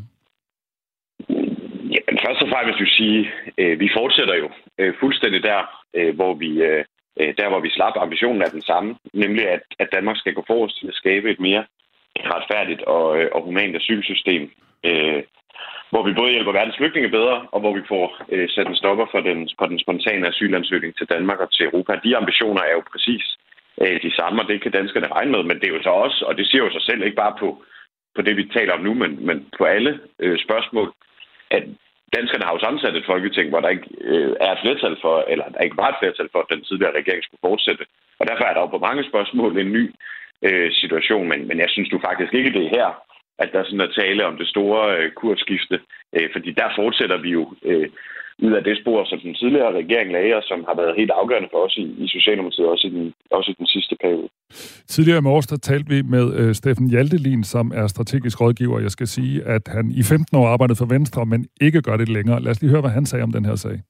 Først og fremmest vil jeg sige, øh, vi fortsætter jo øh, fuldstændig der, øh, hvor vi øh, der hvor vi slap. Ambitionen er den samme, nemlig at, at Danmark skal gå forrest til at skabe et mere retfærdigt og, øh, og humant asylsystem, øh, hvor vi både hjælper verdens flygtninge bedre, og hvor vi får øh, sat en stopper for den, for den spontane asylansøgning til Danmark og til Europa. De ambitioner er jo præcis øh, de samme, og det kan danskerne regne med, men det er jo så også, og det siger jo sig selv, ikke bare på, på det, vi taler om nu, men, men på alle øh, spørgsmål, at danskerne har jo sammensat et folketing, hvor der ikke øh, er et flertal for, eller der ikke var et flertal for, at den tidligere regering skulle fortsætte. Og derfor er der jo på mange spørgsmål en ny øh, situation, men, men jeg synes du faktisk ikke, det er her, at der sådan er tale om det store øh, kursskifte, øh, fordi der fortsætter vi jo øh, ud af det spor, som den tidligere regering lagde, og som har været helt afgørende for os i, i Socialdemokratiet, også i, den, også i den sidste periode. Tidligere i morges, der talte vi med øh, Steffen Hjaltelin, som er strategisk rådgiver. Jeg skal sige, at han i femten år arbejdede for Venstre, men ikke gør det længere. Lad os lige høre, hvad han sagde om den her sag.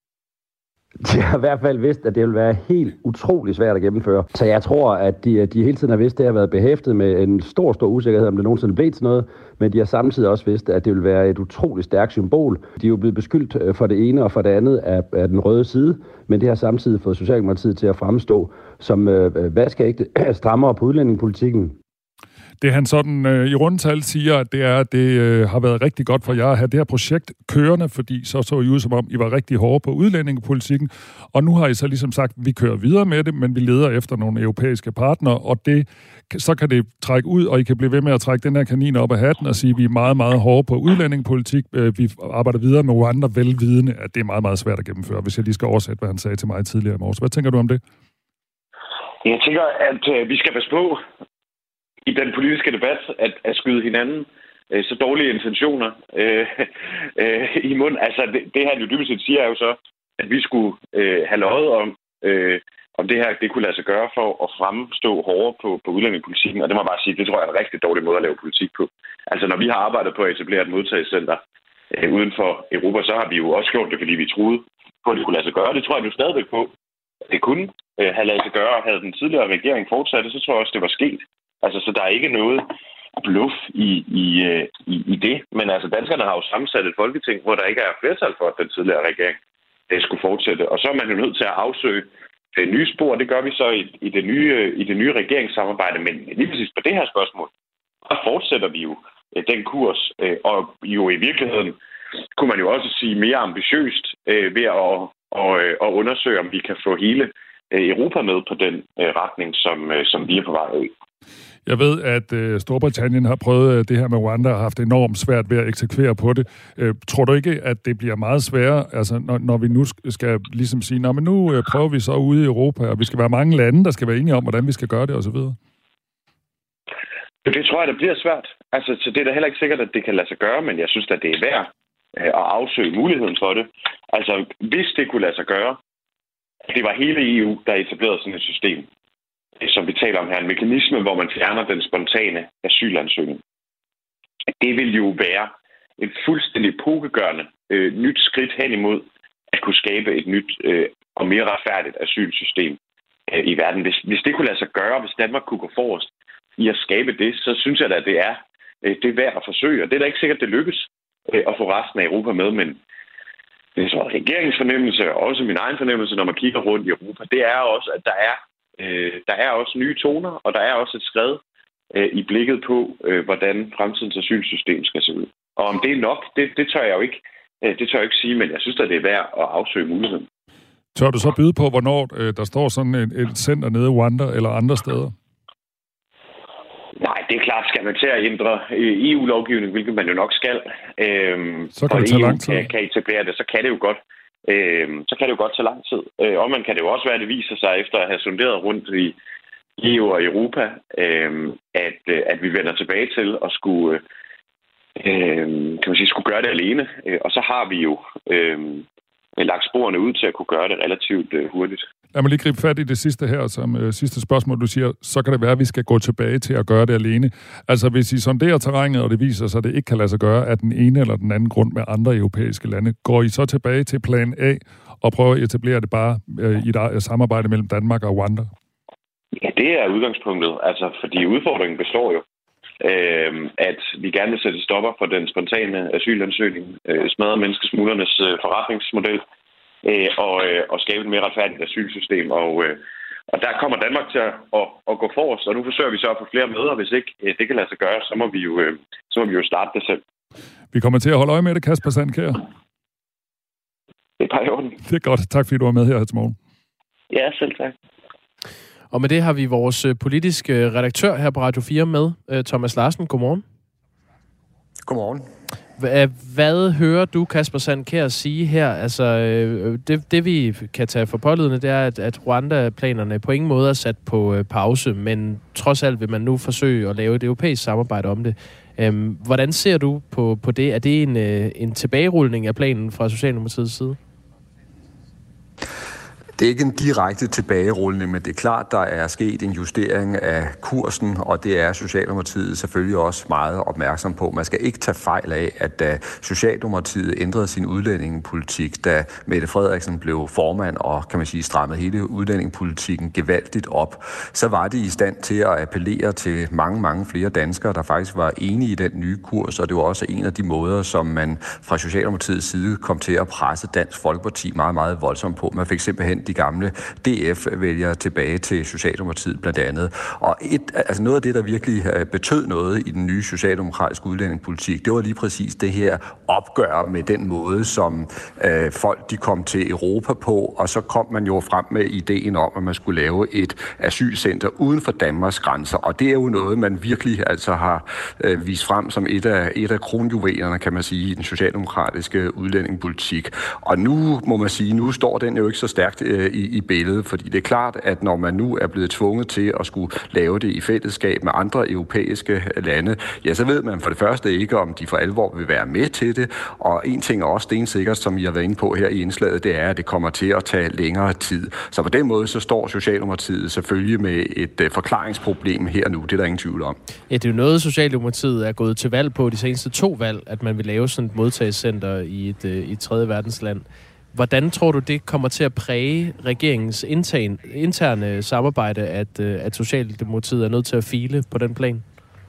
De har i hvert fald vidst, at det vil være helt utrolig svært at gennemføre. Så jeg tror, at de, de hele tiden har vidst, at det har været behæftet med en stor, stor usikkerhed, om det nogensinde blev til noget. Men de har samtidig også vidst, at det vil være et utroligt stærkt symbol. De er jo blevet beskyldt for det ene og for det andet af, af den røde side, men det har samtidig fået Socialdemokratiet til at fremstå som øh, vaskeægte strammere på udlændingepolitikken. Det han sådan øh, i rundtal siger, at det er, at det øh, har været rigtig godt for jer at have det her projekt kørende, fordi så så I ud som om, I var rigtig hårde på udlændingepolitikken, og nu har I så ligesom sagt, at vi kører videre med det, men vi leder efter nogle europæiske partnere, og det, så kan det trække ud, og I kan blive ved med at trække den her kanin op af hatten og sige, at vi er meget, meget hårde på udlændingepolitik. Vi arbejder videre med Rwanda velvidende, at det er meget, meget svært at gennemføre, hvis jeg lige skal oversætte, hvad han sagde til mig tidligere i morges. Hvad tænker du om det? Jeg tænker, at øh, vi skal passe på i den politiske debat, at, at skyde hinanden øh, så dårlige intentioner øh, øh, i munden. Altså, det, det her, jo dybest set siger, er jo så, at vi skulle øh, have løjet om, øh, om det her, det kunne lade sig gøre for at fremstå hårdere på, på udlændingepolitikken. Og det må jeg bare sige, det tror jeg er en rigtig dårlig måde at lave politik på. Altså, når vi har arbejdet på at etablere et modtagelsescenter øh, uden for Europa, så har vi jo også gjort det, fordi vi troede på, at det kunne lade sig gøre. Det tror jeg jo stadigvæk på, at det kunne øh, have ladet sig gøre. Havde den tidligere regering fortsat, så tror jeg også, det var sket. Altså, så der er ikke noget bluff i, i, i, i det. Men altså, danskerne har jo sammensat et folketing, hvor der ikke er flertal for, at den tidligere regering det skulle fortsætte. Og så er man jo nødt til at afsøge det nye spor. Det gør vi så i, i, det, nye, i det nye regeringssamarbejde. Men lige præcis på det her spørgsmål, så fortsætter vi jo den kurs. Og jo i virkeligheden kunne man jo også sige mere ambitiøst ved at, at, at undersøge, om vi kan få hele Europa med på den retning, som, som vi er på vej ud. Jeg ved, at øh, Storbritannien har prøvet øh, det her med Rwanda og har haft enormt svært ved at eksekvere på det. Øh, tror du ikke, at det bliver meget sværere, altså, når, når vi nu skal ligesom sige, nå, men nu øh, prøver vi så ude i Europa, og vi skal være mange lande, der skal være enige om, hvordan vi skal gøre det, osv.? Det tror jeg, det bliver svært. Altså, så det er da heller ikke sikkert, at det kan lade sig gøre, men jeg synes, at det er værd øh, at afsøge muligheden for det. Altså, hvis det kunne lade sig gøre, at det var hele E U, der etablerede sådan et system, som vi taler om her, en mekanisme, hvor man fjerner den spontane asylansøgning. Det vil jo være et fuldstændig epokegørende øh, nyt skridt hen imod at kunne skabe et nyt øh, og mere retfærdigt asylsystem øh, i verden. Hvis, hvis det kunne lade sig gøre, hvis Danmark kunne gå forrest i at skabe det, så synes jeg da, at det er, øh, det er værd at forsøge. Og det er da ikke sikkert, at det lykkes øh, at få resten af Europa med, men det er så regeringens fornemmelse, og også min egen fornemmelse, når man kigger rundt i Europa, det er også, at der er Øh, der er også nye toner, og der er også et skred øh, i blikket på, øh, hvordan fremtidens asylsystem skal se ud. Og om det er nok, det, det tør jeg jo ikke, øh, det tør jeg ikke sige, men jeg synes, at det er værd at afsøge muligheden. Tør du så byde på, hvornår øh, der står sådan et, et center nede i Rwanda eller andre steder? Nej, det er klart, skal man til at ændre E U-lovgivning, hvilket man jo nok skal, øh, så kan det tage lang tid. Kan, kan etablere det, så kan det jo godt. Øh, så kan det jo godt tage lang tid. Øh, og man kan det jo også være, at det viser sig, efter at have sonderet rundt i E U og Europa, øh, at, øh, at vi vender tilbage til at skulle øh, kan man sige, skulle gøre det alene. Og så har vi jo øh, lagt sporene ud til at kunne gøre det relativt øh, hurtigt. Lad mig lige gribe fat i det sidste her, som øh, sidste spørgsmål, du siger, så kan det være, at vi skal gå tilbage til at gøre det alene. Altså hvis I sonderer terrænet, og det viser sig, at det ikke kan lade sig gøre af den ene eller den anden grund med andre europæiske lande, går I så tilbage til plan A og prøver at etablere det bare øh, i et samarbejde mellem Danmark og Rwanda? Ja, det er udgangspunktet. Altså, fordi udfordringen består jo, øh, at vi gerne vil sætte stopper for den spontane asylansøgning, øh, smadre menneskesmuglernes øh, forretningsmodel, øh, og, øh, og skabe et mere retfærdigt asylsystem. Og, øh, og der kommer Danmark til at, at, at gå forrest, og nu forsøger vi så at få flere møder. Hvis ikke øh, det kan lade sig gøre, så må vi jo, øh, så må vi jo starte det selv. Vi kommer til at holde øje med det, Kasper Sandkjær. Det er bare i orden. Det er godt. Tak fordi du var med her til morgen. Ja, selv tak. Og med det har vi vores politiske redaktør her på Radio fire med, Thomas Larsen. Godmorgen. Godmorgen. Hvad hører du, Kasper Sandkjær, sige her? Altså, det, det vi kan tage for pålydende, det er, at, at Rwanda-planerne på ingen måde er sat på pause, men trods alt vil man nu forsøge at lave et europæisk samarbejde om det. Hvordan ser du på, på det? Er det en, en tilbagerulning af planen fra Socialdemokratiets side? Det er ikke en direkte tilbagerulning, men det er klart, der er sket en justering af kursen, og det er Socialdemokratiet selvfølgelig også meget opmærksom på. Man skal ikke tage fejl af, at da Socialdemokratiet ændrede sin udlændingepolitik, da Mette Frederiksen blev formand og, kan man sige, strammede hele udlændingepolitikken gevaldigt op, så var de i stand til at appellere til mange, mange flere danskere, der faktisk var enige i den nye kurs, og det var også en af de måder, som man fra Socialdemokratiets side kom til at presse Dansk Folkeparti meget, meget voldsomt på. Man fik simpelthen de gamle D F-vælgere tilbage til Socialdemokratiet blandt andet. Og et, altså noget af det, der virkelig betød noget i den nye socialdemokratiske udlændingepolitik, det var lige præcis det her opgør med den måde, som øh, folk de kom til Europa på, og så kom man jo frem med ideen om, at man skulle lave et asylcenter uden for Danmarks grænser. Og det er jo noget, man virkelig altså har øh, vist frem som et af, et af kronjuvelerne, kan man sige, i den socialdemokratiske udlændingepolitik. Og nu må man sige, nu står den jo ikke så stærkt I, i billedet, fordi det er klart, at når man nu er blevet tvunget til at skulle lave det i fællesskab med andre europæiske lande, ja, så ved man for det første ikke, om de for alvor vil være med til det, og en ting er også stensikkert, som I har været inde på her i indslaget, det er, at det kommer til at tage længere tid. Så på den måde, så står Socialdemokratiet selvfølgelig med et uh, forklaringsproblem her nu, det er der ingen tvivl om. Ja, det er jo noget, Socialdemokratiet er gået til valg på de seneste to valg, at man vil lave sådan et modtagscenter i et, uh, i et tredje verdensland. Hvordan tror du, det kommer til at præge regeringens interne, interne samarbejde, at, at Socialdemokratiet er nødt til at file på den plan?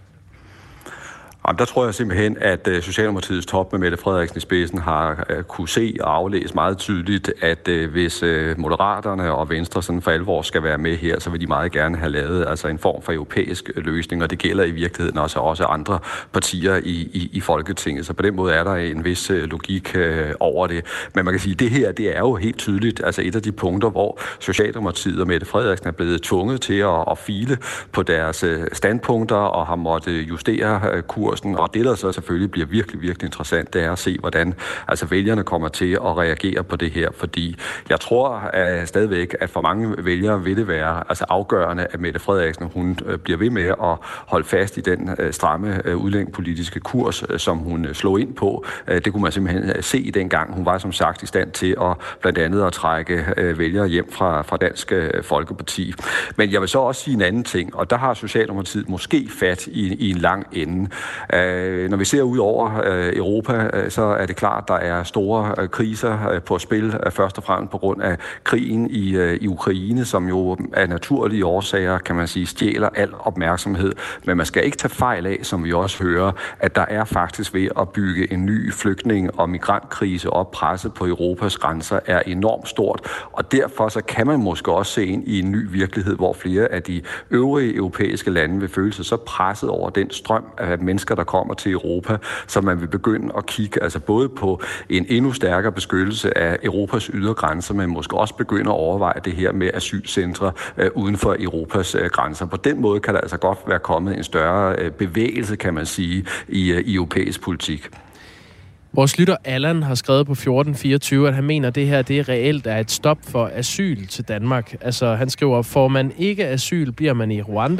Jamen, der tror jeg simpelthen, at Socialdemokratiets top med Mette Frederiksen i spidsen har uh, kunne se og aflæse meget tydeligt, at uh, hvis uh, Moderaterne og Venstre sådan for alvor skal være med her, så vil de meget gerne have lavet altså en form for europæisk løsning, og det gælder i virkeligheden også, også andre partier i, i, i Folketinget. Så på den måde er der en vis uh, logik uh, over det. Men man kan sige, at det her det er jo helt tydeligt altså et af de punkter, hvor Socialdemokratiet og Mette Frederiksen er blevet tvunget til at, at file på deres uh, standpunkter og har måttet justere uh, kurs. Og det, der så selvfølgelig bliver virkelig, virkelig interessant, det er at se, hvordan altså, vælgerne kommer til at reagere på det her. Fordi jeg tror at stadigvæk, at for mange vælgere vil det være altså, afgørende, at Mette Frederiksen hun bliver ved med at holde fast i den stramme udlændingepolitiske kurs, som hun slog ind på. Det kunne man simpelthen se dengang. Hun var som sagt i stand til at blandt andet at trække vælgere hjem fra, fra Dansk Folkeparti. Men jeg vil så også sige en anden ting, og der har Socialdemokratiet måske fat i, i en lang ende. Uh, når vi ser ud over uh, Europa, uh, så er det klart, at der er store uh, kriser uh, på spil, uh, først og fremmest på grund af krigen i, uh, i Ukraine, som jo af naturlige årsager, kan man sige, stjæler al opmærksomhed. Men man skal ikke tage fejl af, som vi også hører, at der er faktisk ved at bygge en ny flygtning- og migrantkrise op. Presset på Europas grænser er enormt stort, og derfor så kan man måske også se ind i en ny virkelighed, hvor flere af de øvrige europæiske lande vil føle sig så presset over den strøm af mennesker, der kommer til Europa, så man vil begynde at kigge altså både på en endnu stærkere beskyttelse af Europas ydre grænser, men måske også begynde at overveje det her med asylcentre øh, uden for Europas øh, grænser. På den måde kan der altså godt være kommet en større øh, bevægelse, kan man sige, i, øh, i europæisk politik. Vores lytter Allan har skrevet på fjorten fireogtyve, at han mener, at det her det reelt er et stop for asyl til Danmark. Altså, han skriver, får man ikke asyl, bliver man i Rwanda,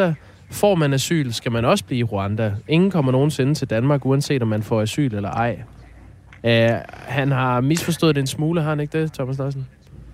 får man asyl, skal man også blive i Rwanda. Ingen kommer nogensinde til Danmark, uanset om man får asyl eller ej. Uh, han har misforstået det en smule, har han ikke det, Thomas Larsen?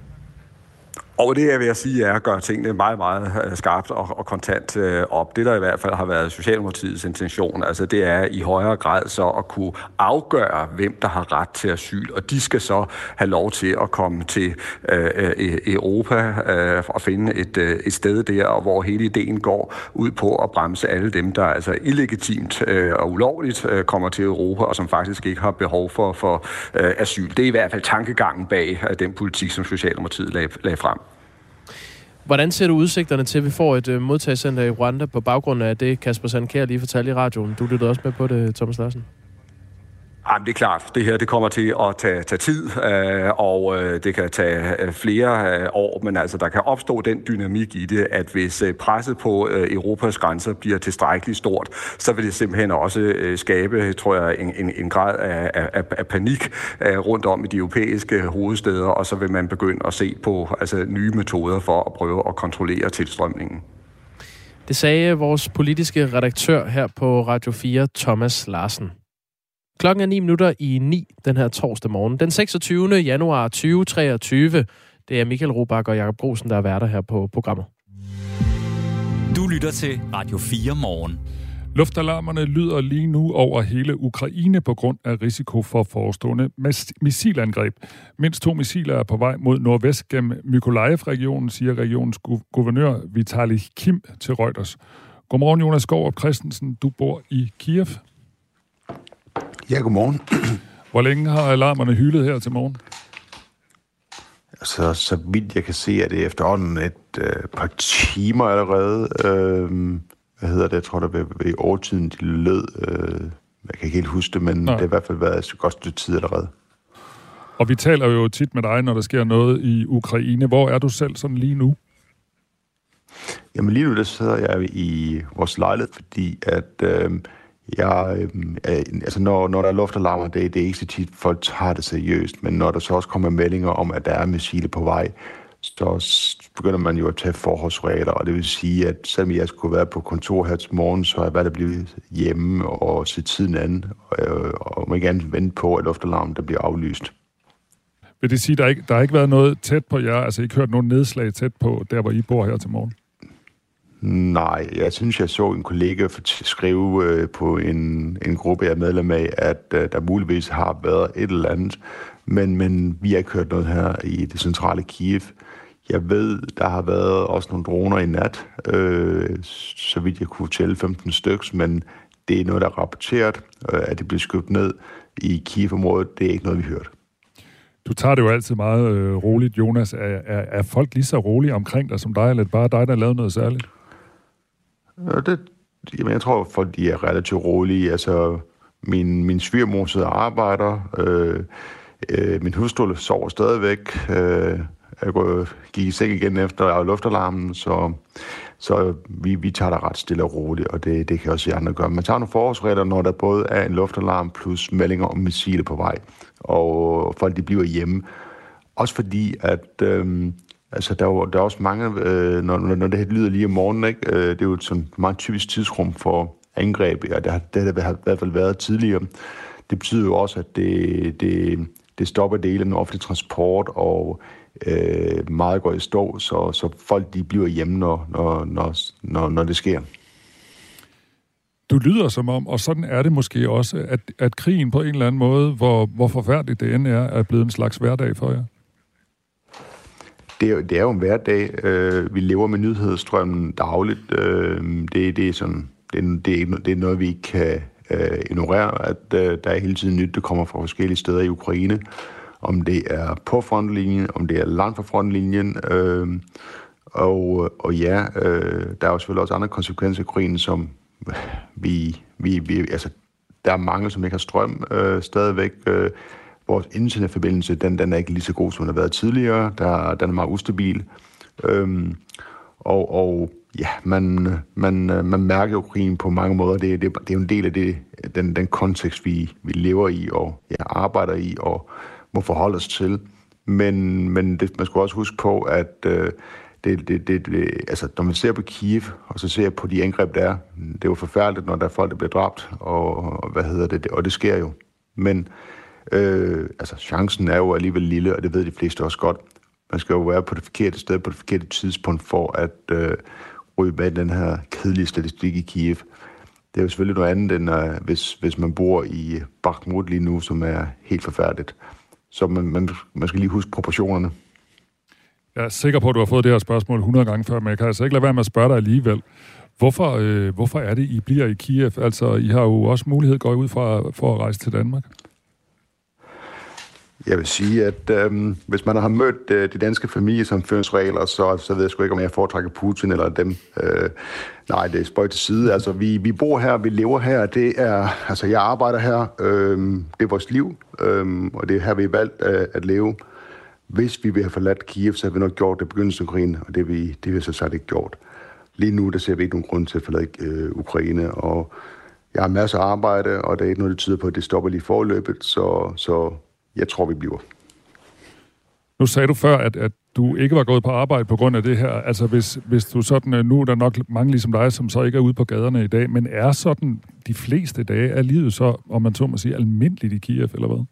Og det, jeg vil sige, er at gøre tingene meget, meget skarpt og, og kontant øh, op. Det, der i hvert fald har været Socialdemokratiets intention, altså det er i højere grad så at kunne afgøre, hvem der har ret til asyl, og de skal så have lov til at komme til øh, Europa øh, og finde et, øh, et sted der, hvor hele ideen går ud på at bremse alle dem, der altså illegitimt øh, og ulovligt øh, kommer til Europa, og som faktisk ikke har behov for, for øh, asyl. Det er i hvert fald tankegangen bag øh, den politik, som Socialdemokratiet lag, lag frem. Hvordan ser du udsigterne til, at vi får et øh, modtagscenter i Rwanda på baggrund af det, Kasper Sandkjær lige fortalte i radioen? Du lyttede også med på det, Thomas Larsen. Jamen, det er klart. Det her det kommer til at tage, tage tid, øh, og øh, det kan tage øh, flere øh, år, men altså, der kan opstå den dynamik i det, at hvis øh, presset på øh, Europas grænser bliver tilstrækkeligt stort, så vil det simpelthen også øh, skabe, tror jeg, en, en, en grad af, af, af panik øh, rundt om i de europæiske hovedstæder, og så vil man begynde at se på altså, nye metoder for at prøve at kontrollere tilstrømningen. Det sagde vores politiske redaktør her på Radio fire, Thomas Larsen. Klokken er ni minutter i ni den her torsdag morgen. Den seksogtyvende januar tyve treogtyve. Det er Michael Robach og Jakob Grosen, der er værter her på programmet. Du lytter til Radio fire morgen. Luftalarmerne lyder lige nu over hele Ukraine på grund af risiko for forestående missilangreb. Mindst to missiler er på vej mod nordvest gennem Mykolaiv-regionen, siger regionens guvernør Vitali Kim til Reuters. Godmorgen, Jonas Skourup Christensen. Du bor i Kiev. Ja, godmorgen. Hvor længe har alarmerne hylet her til morgen? Altså, så vidt jeg kan se, er det efterhånden et øh, par timer allerede. Øh, hvad hedder det? Jeg tror, der ved, ved overtiden de lød. Øh, jeg kan ikke helt huske det, men Nej. det har i hvert fald været et godt stykke tid allerede. Og vi taler jo tit med dig, når der sker noget i Ukraine. Hvor er du selv sådan lige nu? Jamen lige nu, der sidder jeg i vores lejlighed, fordi at... Øh, Jeg, øh, altså når, når der er luftalarmer, det, det er ikke så tit, folk tager det seriøst, men når der så også kommer meldinger om, at der er missiler på vej, så begynder man jo at tage forholdsregler, og det vil sige, at selvom jeg skulle være på kontor her til morgen, så har jeg været at blive hjemme og se tiden an, og, og må ikke andet vente på, at luftalarmen der bliver aflyst. Vil det sige, at der ikke der har ikke været noget tæt på jer, altså ikke hørt nogen nedslag tæt på, der hvor I bor her til morgen? Nej, jeg synes, jeg så en kollega skrive øh, på en, en gruppe, jeg er medlem af, at øh, der muligvis har været et eller andet, men, men vi har ikke hørt noget her i det centrale Kiev. Jeg ved, der har været også nogle droner i nat, øh, så vidt jeg kunne tælle femten stykker, men det er noget, der er rapporteret, øh, at det bliver skudt ned i Kiev-området. Det er ikke noget, vi hørte. Du tager det jo altid meget øh, roligt, Jonas. Er, er, er folk lige så rolige omkring dig som dig, eller bare dig, der har lavet noget særligt? Ja, det, jamen, jeg tror, at folk de er relativt rolige. Altså, min, min svigermor sidder og arbejder. Øh, øh, min hustru sover stadigvæk. Øh, jeg går, gik i seng igen efter luftalarmen, så, så vi, vi tager det ret stille og roligt, og det, det kan også de andre gøre. Man tager nogle forholdsregler, når der både er en luftalarm plus meldinger om missiler på vej, og folk de bliver hjemme. Også fordi, at... Øh, Altså, der er, der er også mange, øh, når, når det lyder lige om morgenen, ikke? Øh, det er jo et sådan meget typisk tidsrum for angreb, ja, det har, det har i hvert fald været tidligere. Det betyder jo også, at det, det, det stopper dele af den offentlige transport, og øh, meget går i stå, så, så folk de bliver hjemme, når, når, når, når, når det sker. Du lyder som om, og sådan er det måske også, at, at krigen på en eller anden måde, hvor, hvor forfærdeligt det end er, er blevet en slags hverdag for jer. Det er, det er jo en hverdag. Øh, vi lever med nyhedsstrømmen dagligt. Øh, det, det, er sådan, det, er, det, er, det er noget, vi ikke kan øh, ignorere, at øh, der er hele tiden nyt, der kommer fra forskellige steder i Ukraine. Om det er på frontlinjen, om det er langt fra frontlinjen. Øh, og, og ja, øh, der er jo selvfølgelig også andre konsekvenser i krigen, som vi... vi, vi altså, der er mange, som ikke har strøm øh, stadigvæk. Øh, Vores internetforbindelse, den, den er ikke lige så god, som den har været tidligere. Der, den er meget ustabil. Øhm, og, og ja, man, man, man mærker jo krigen på mange måder. Det, det, det er jo en del af det, den, den kontekst, vi, vi lever i og ja, arbejder i og må forholde os til. Men, men det, man skal også huske på, at øh, det, det, det, det, altså, når man ser på Kiev, og så ser på de angreb, der er, det er jo forfærdeligt, når der er folk, der bliver dræbt, og, og hvad hedder det, og det sker jo. Men øh, altså, chancen er jo alligevel lille, og det ved de fleste også godt. Man skal jo være på det forkerte sted, på det forkerte tidspunkt, for at øh, ryge med den her kedelige statistik i Kiev. Det er jo selvfølgelig noget andet, end uh, hvis, hvis man bor i Bakhmut lige nu, som er helt forfærdeligt. Så man, man, man skal lige huske proportionerne. Jeg er sikker på, at du har fået det her spørgsmål hundrede gange før, men jeg kan altså ikke lade være med at spørge dig alligevel. Hvorfor, øh, hvorfor er det, I bliver i Kiev? Altså, I har jo også mulighed, går I ud fra, for at rejse til Danmark. Jeg vil sige, at øh, hvis man har mødt øh, de danske familiesamfundsregler, så, så ved jeg sgu ikke, om jeg foretrækker Putin eller dem. Øh, nej, det er spøjt til side. Altså, vi, vi bor her, vi lever her. Det er, altså, jeg arbejder her. Øh, det er vores liv, øh, og det er her, vi har valgt øh, at leve. Hvis vi vil have forladt Kiev, så har vi nok gjort det i begyndelsen af krigen, og det har vi, det har vi så sagt ikke gjort. Lige nu, der ser vi ikke nogen grund til at forlade øh, Ukraine, og jeg har masser af arbejde, og der er ikke noget, der tyder på, at det stopper lige forløbet, så... så jeg tror, vi bliver. Nu sagde du før, at, at du ikke var gået på arbejde på grund af det her. Altså, hvis, hvis du sådan... Nu er der nok mange ligesom dig, som så ikke er ude på gaderne i dag, men er sådan de fleste dage af livet så, om man så må sige, almindeligt i Kiev, eller hvad?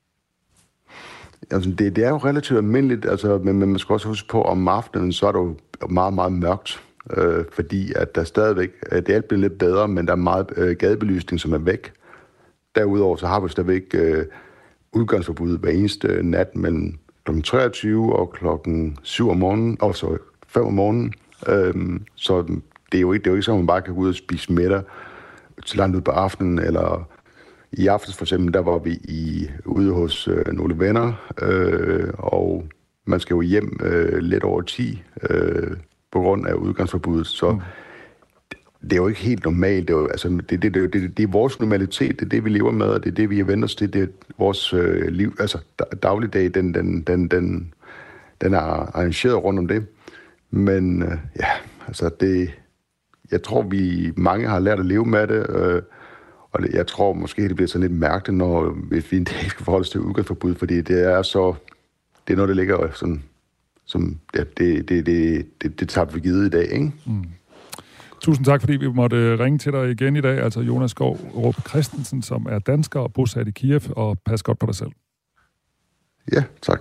Altså, det, det er jo relativt almindeligt, altså, men, men man skal også huske på, om aftenen, så er det jo meget, meget mørkt, øh, fordi at der stadigvæk... Det er alt blevet lidt bedre, men der er meget øh, gadebelysning, som er væk. Derudover så har vi stadigvæk... Øh, udgangsforbud hver eneste nat mellem klokken treogtyve og klokken syv om morgenen, og så fem om morgenen. Øhm, så det er, jo ikke, det er jo ikke så, at man bare kan gå ud og spise middag til langt ud på aftenen, eller i aften for eksempel, der var vi i, ude hos øh, nogle venner, øh, og man skal jo hjem øh, lidt over ti øh, på grund af udgangsforbuddet, så mm. det er jo ikke helt normalt. Det er, jo, altså, det, det, det, det, det er vores normalitet, det er det, vi lever med, og det er det, vi har vendt os til. Det er vores øh, liv, altså dagligdag, den, den, den, den, den er arrangeret rundt om det. Men øh, ja, altså det, jeg tror, vi mange har lært at leve med det, øh, og det, jeg tror måske, det bliver sådan lidt mærkeligt, når vi en dag skal forholde os til udgangsforbud, fordi det er så, det er noget, der ligger sådan, som, ja, det, det, det, det, det tager vi givet i dag, ikke? Mm. Tusind tak, fordi vi måtte ringe til dig igen i dag. Altså Jonas Skov Christensen, som er dansker og bosat i Kiev, og pas godt på dig selv. Ja, tak.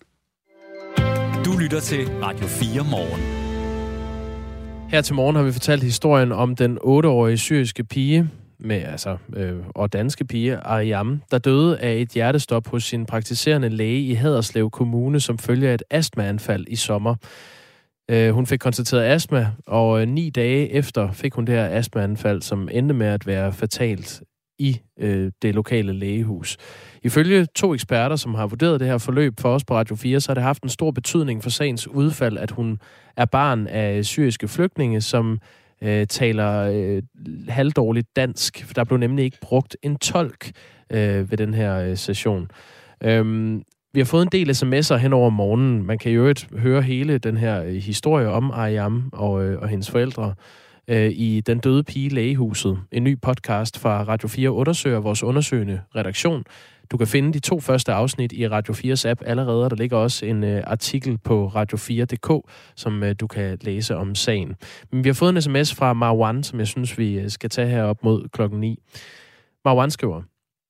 Du lytter til Radio fire Morgen. Her til morgen har vi fortalt historien om den otteårige syriske pige, med, altså, øh, og danske pige, Ariam, der døde af et hjertestop hos sin praktiserende læge i Haderslev Kommune, som følge af et astmaanfald i sommer. Hun fik konstateret astma, og ni dage efter fik hun det her astmaanfald, som endte med at være fatalt i øh, det lokale lægehus. Ifølge to eksperter, som har vurderet det her forløb for os på Radio fire, så har det haft en stor betydning for sagens udfald, at hun er barn af syriske flygtninge, som øh, taler øh, halvdårligt dansk. Der blev nemlig ikke brugt en tolk øh, ved den her øh, session. Øhm, Vi har fået en del sms'er hen over morgenen. Man kan jo ikke høre hele den her historie om Ariam og, og hendes forældre øh, i Den døde pige lægehuset. En ny podcast fra Radio fire undersøger vores undersøgende redaktion. Du kan finde de to første afsnit i Radio fires app allerede. Der ligger også en øh, artikel på radio fire punktum d k, som øh, du kan læse om sagen. Men vi har fået en sms fra Marwan, som jeg synes, vi skal tage her op mod klokken ni. Marwan skriver: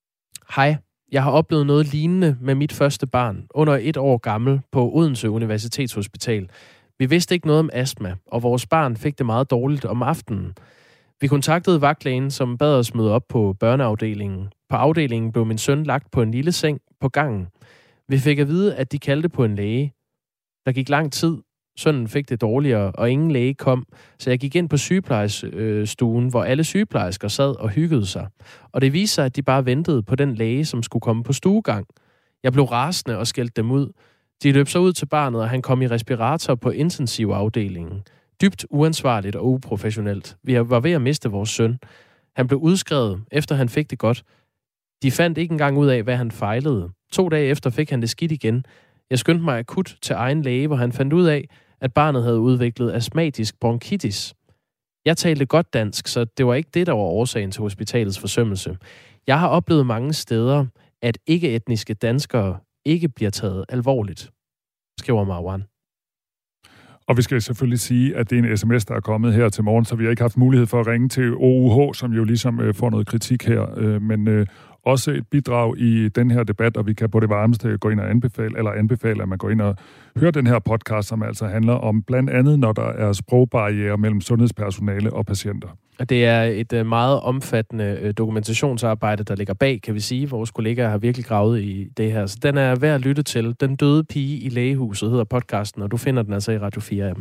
Hej. Jeg har oplevet noget lignende med mit første barn, under et år gammel, på Odense Universitetshospital. Vi vidste ikke noget om astma, og vores barn fik det meget dårligt om aftenen. Vi kontaktede vagtlægen, som bad os møde op på børneafdelingen. På afdelingen blev min søn lagt på en lille seng på gangen. Vi fik at vide, at de kaldte på en læge. Der gik lang tid. Sønnen fik det dårligere, og ingen læge kom, så jeg gik ind på sygeplejestuen, hvor alle sygeplejersker sad og hyggede sig. Og det viste sig, at de bare ventede på den læge, som skulle komme på stuegang. Jeg blev rasende og skældte dem ud. De løb så ud til barnet, og han kom i respirator på intensivafdelingen. Dybt uansvarligt og uprofessionelt. Vi var ved at miste vores søn. Han blev udskrevet, efter han fik det godt. De fandt ikke engang ud af, hvad han fejlede. To dage efter fik han det skidt igen. Jeg skyndte mig akut til egen læge, hvor han fandt ud af, at barnet havde udviklet astmatisk bronkitis. Jeg talte godt dansk, så det var ikke det, der var årsagen til hospitalets forsømmelse. Jeg har oplevet mange steder, at ikke-etniske danskere ikke bliver taget alvorligt, skriver Marwan. Og vi skal selvfølgelig sige, at det er en sms, der er kommet her til morgen, så vi har ikke haft mulighed for at ringe til O U H, som jo ligesom øh, får noget kritik her. Øh, men øh, også et bidrag i den her debat, og vi kan på det varmeste gå ind og anbefale, eller anbefale, at man går ind og hører den her podcast, som altså handler om blandt andet, når der er sprogbarrierer mellem sundhedspersonale og patienter. Og det er et meget omfattende dokumentationsarbejde, der ligger bag, kan vi sige. Vores kollegaer har virkelig gravet i det her. Så den er værd at lytte til. Den døde pige i lægehuset hedder podcasten, og du finder den altså i Radio fire-appen.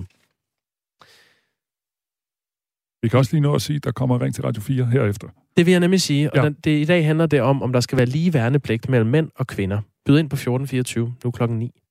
Vi kan også lige nå at sige, at der kommer ring til Radio fire herefter. Det vil jeg nemlig sige. Og ja. den, det, i dag handler det om, om der skal være lige værnepligt mellem mænd og kvinder. Byd ind på fjorten fireogtyve, nu klokken ni.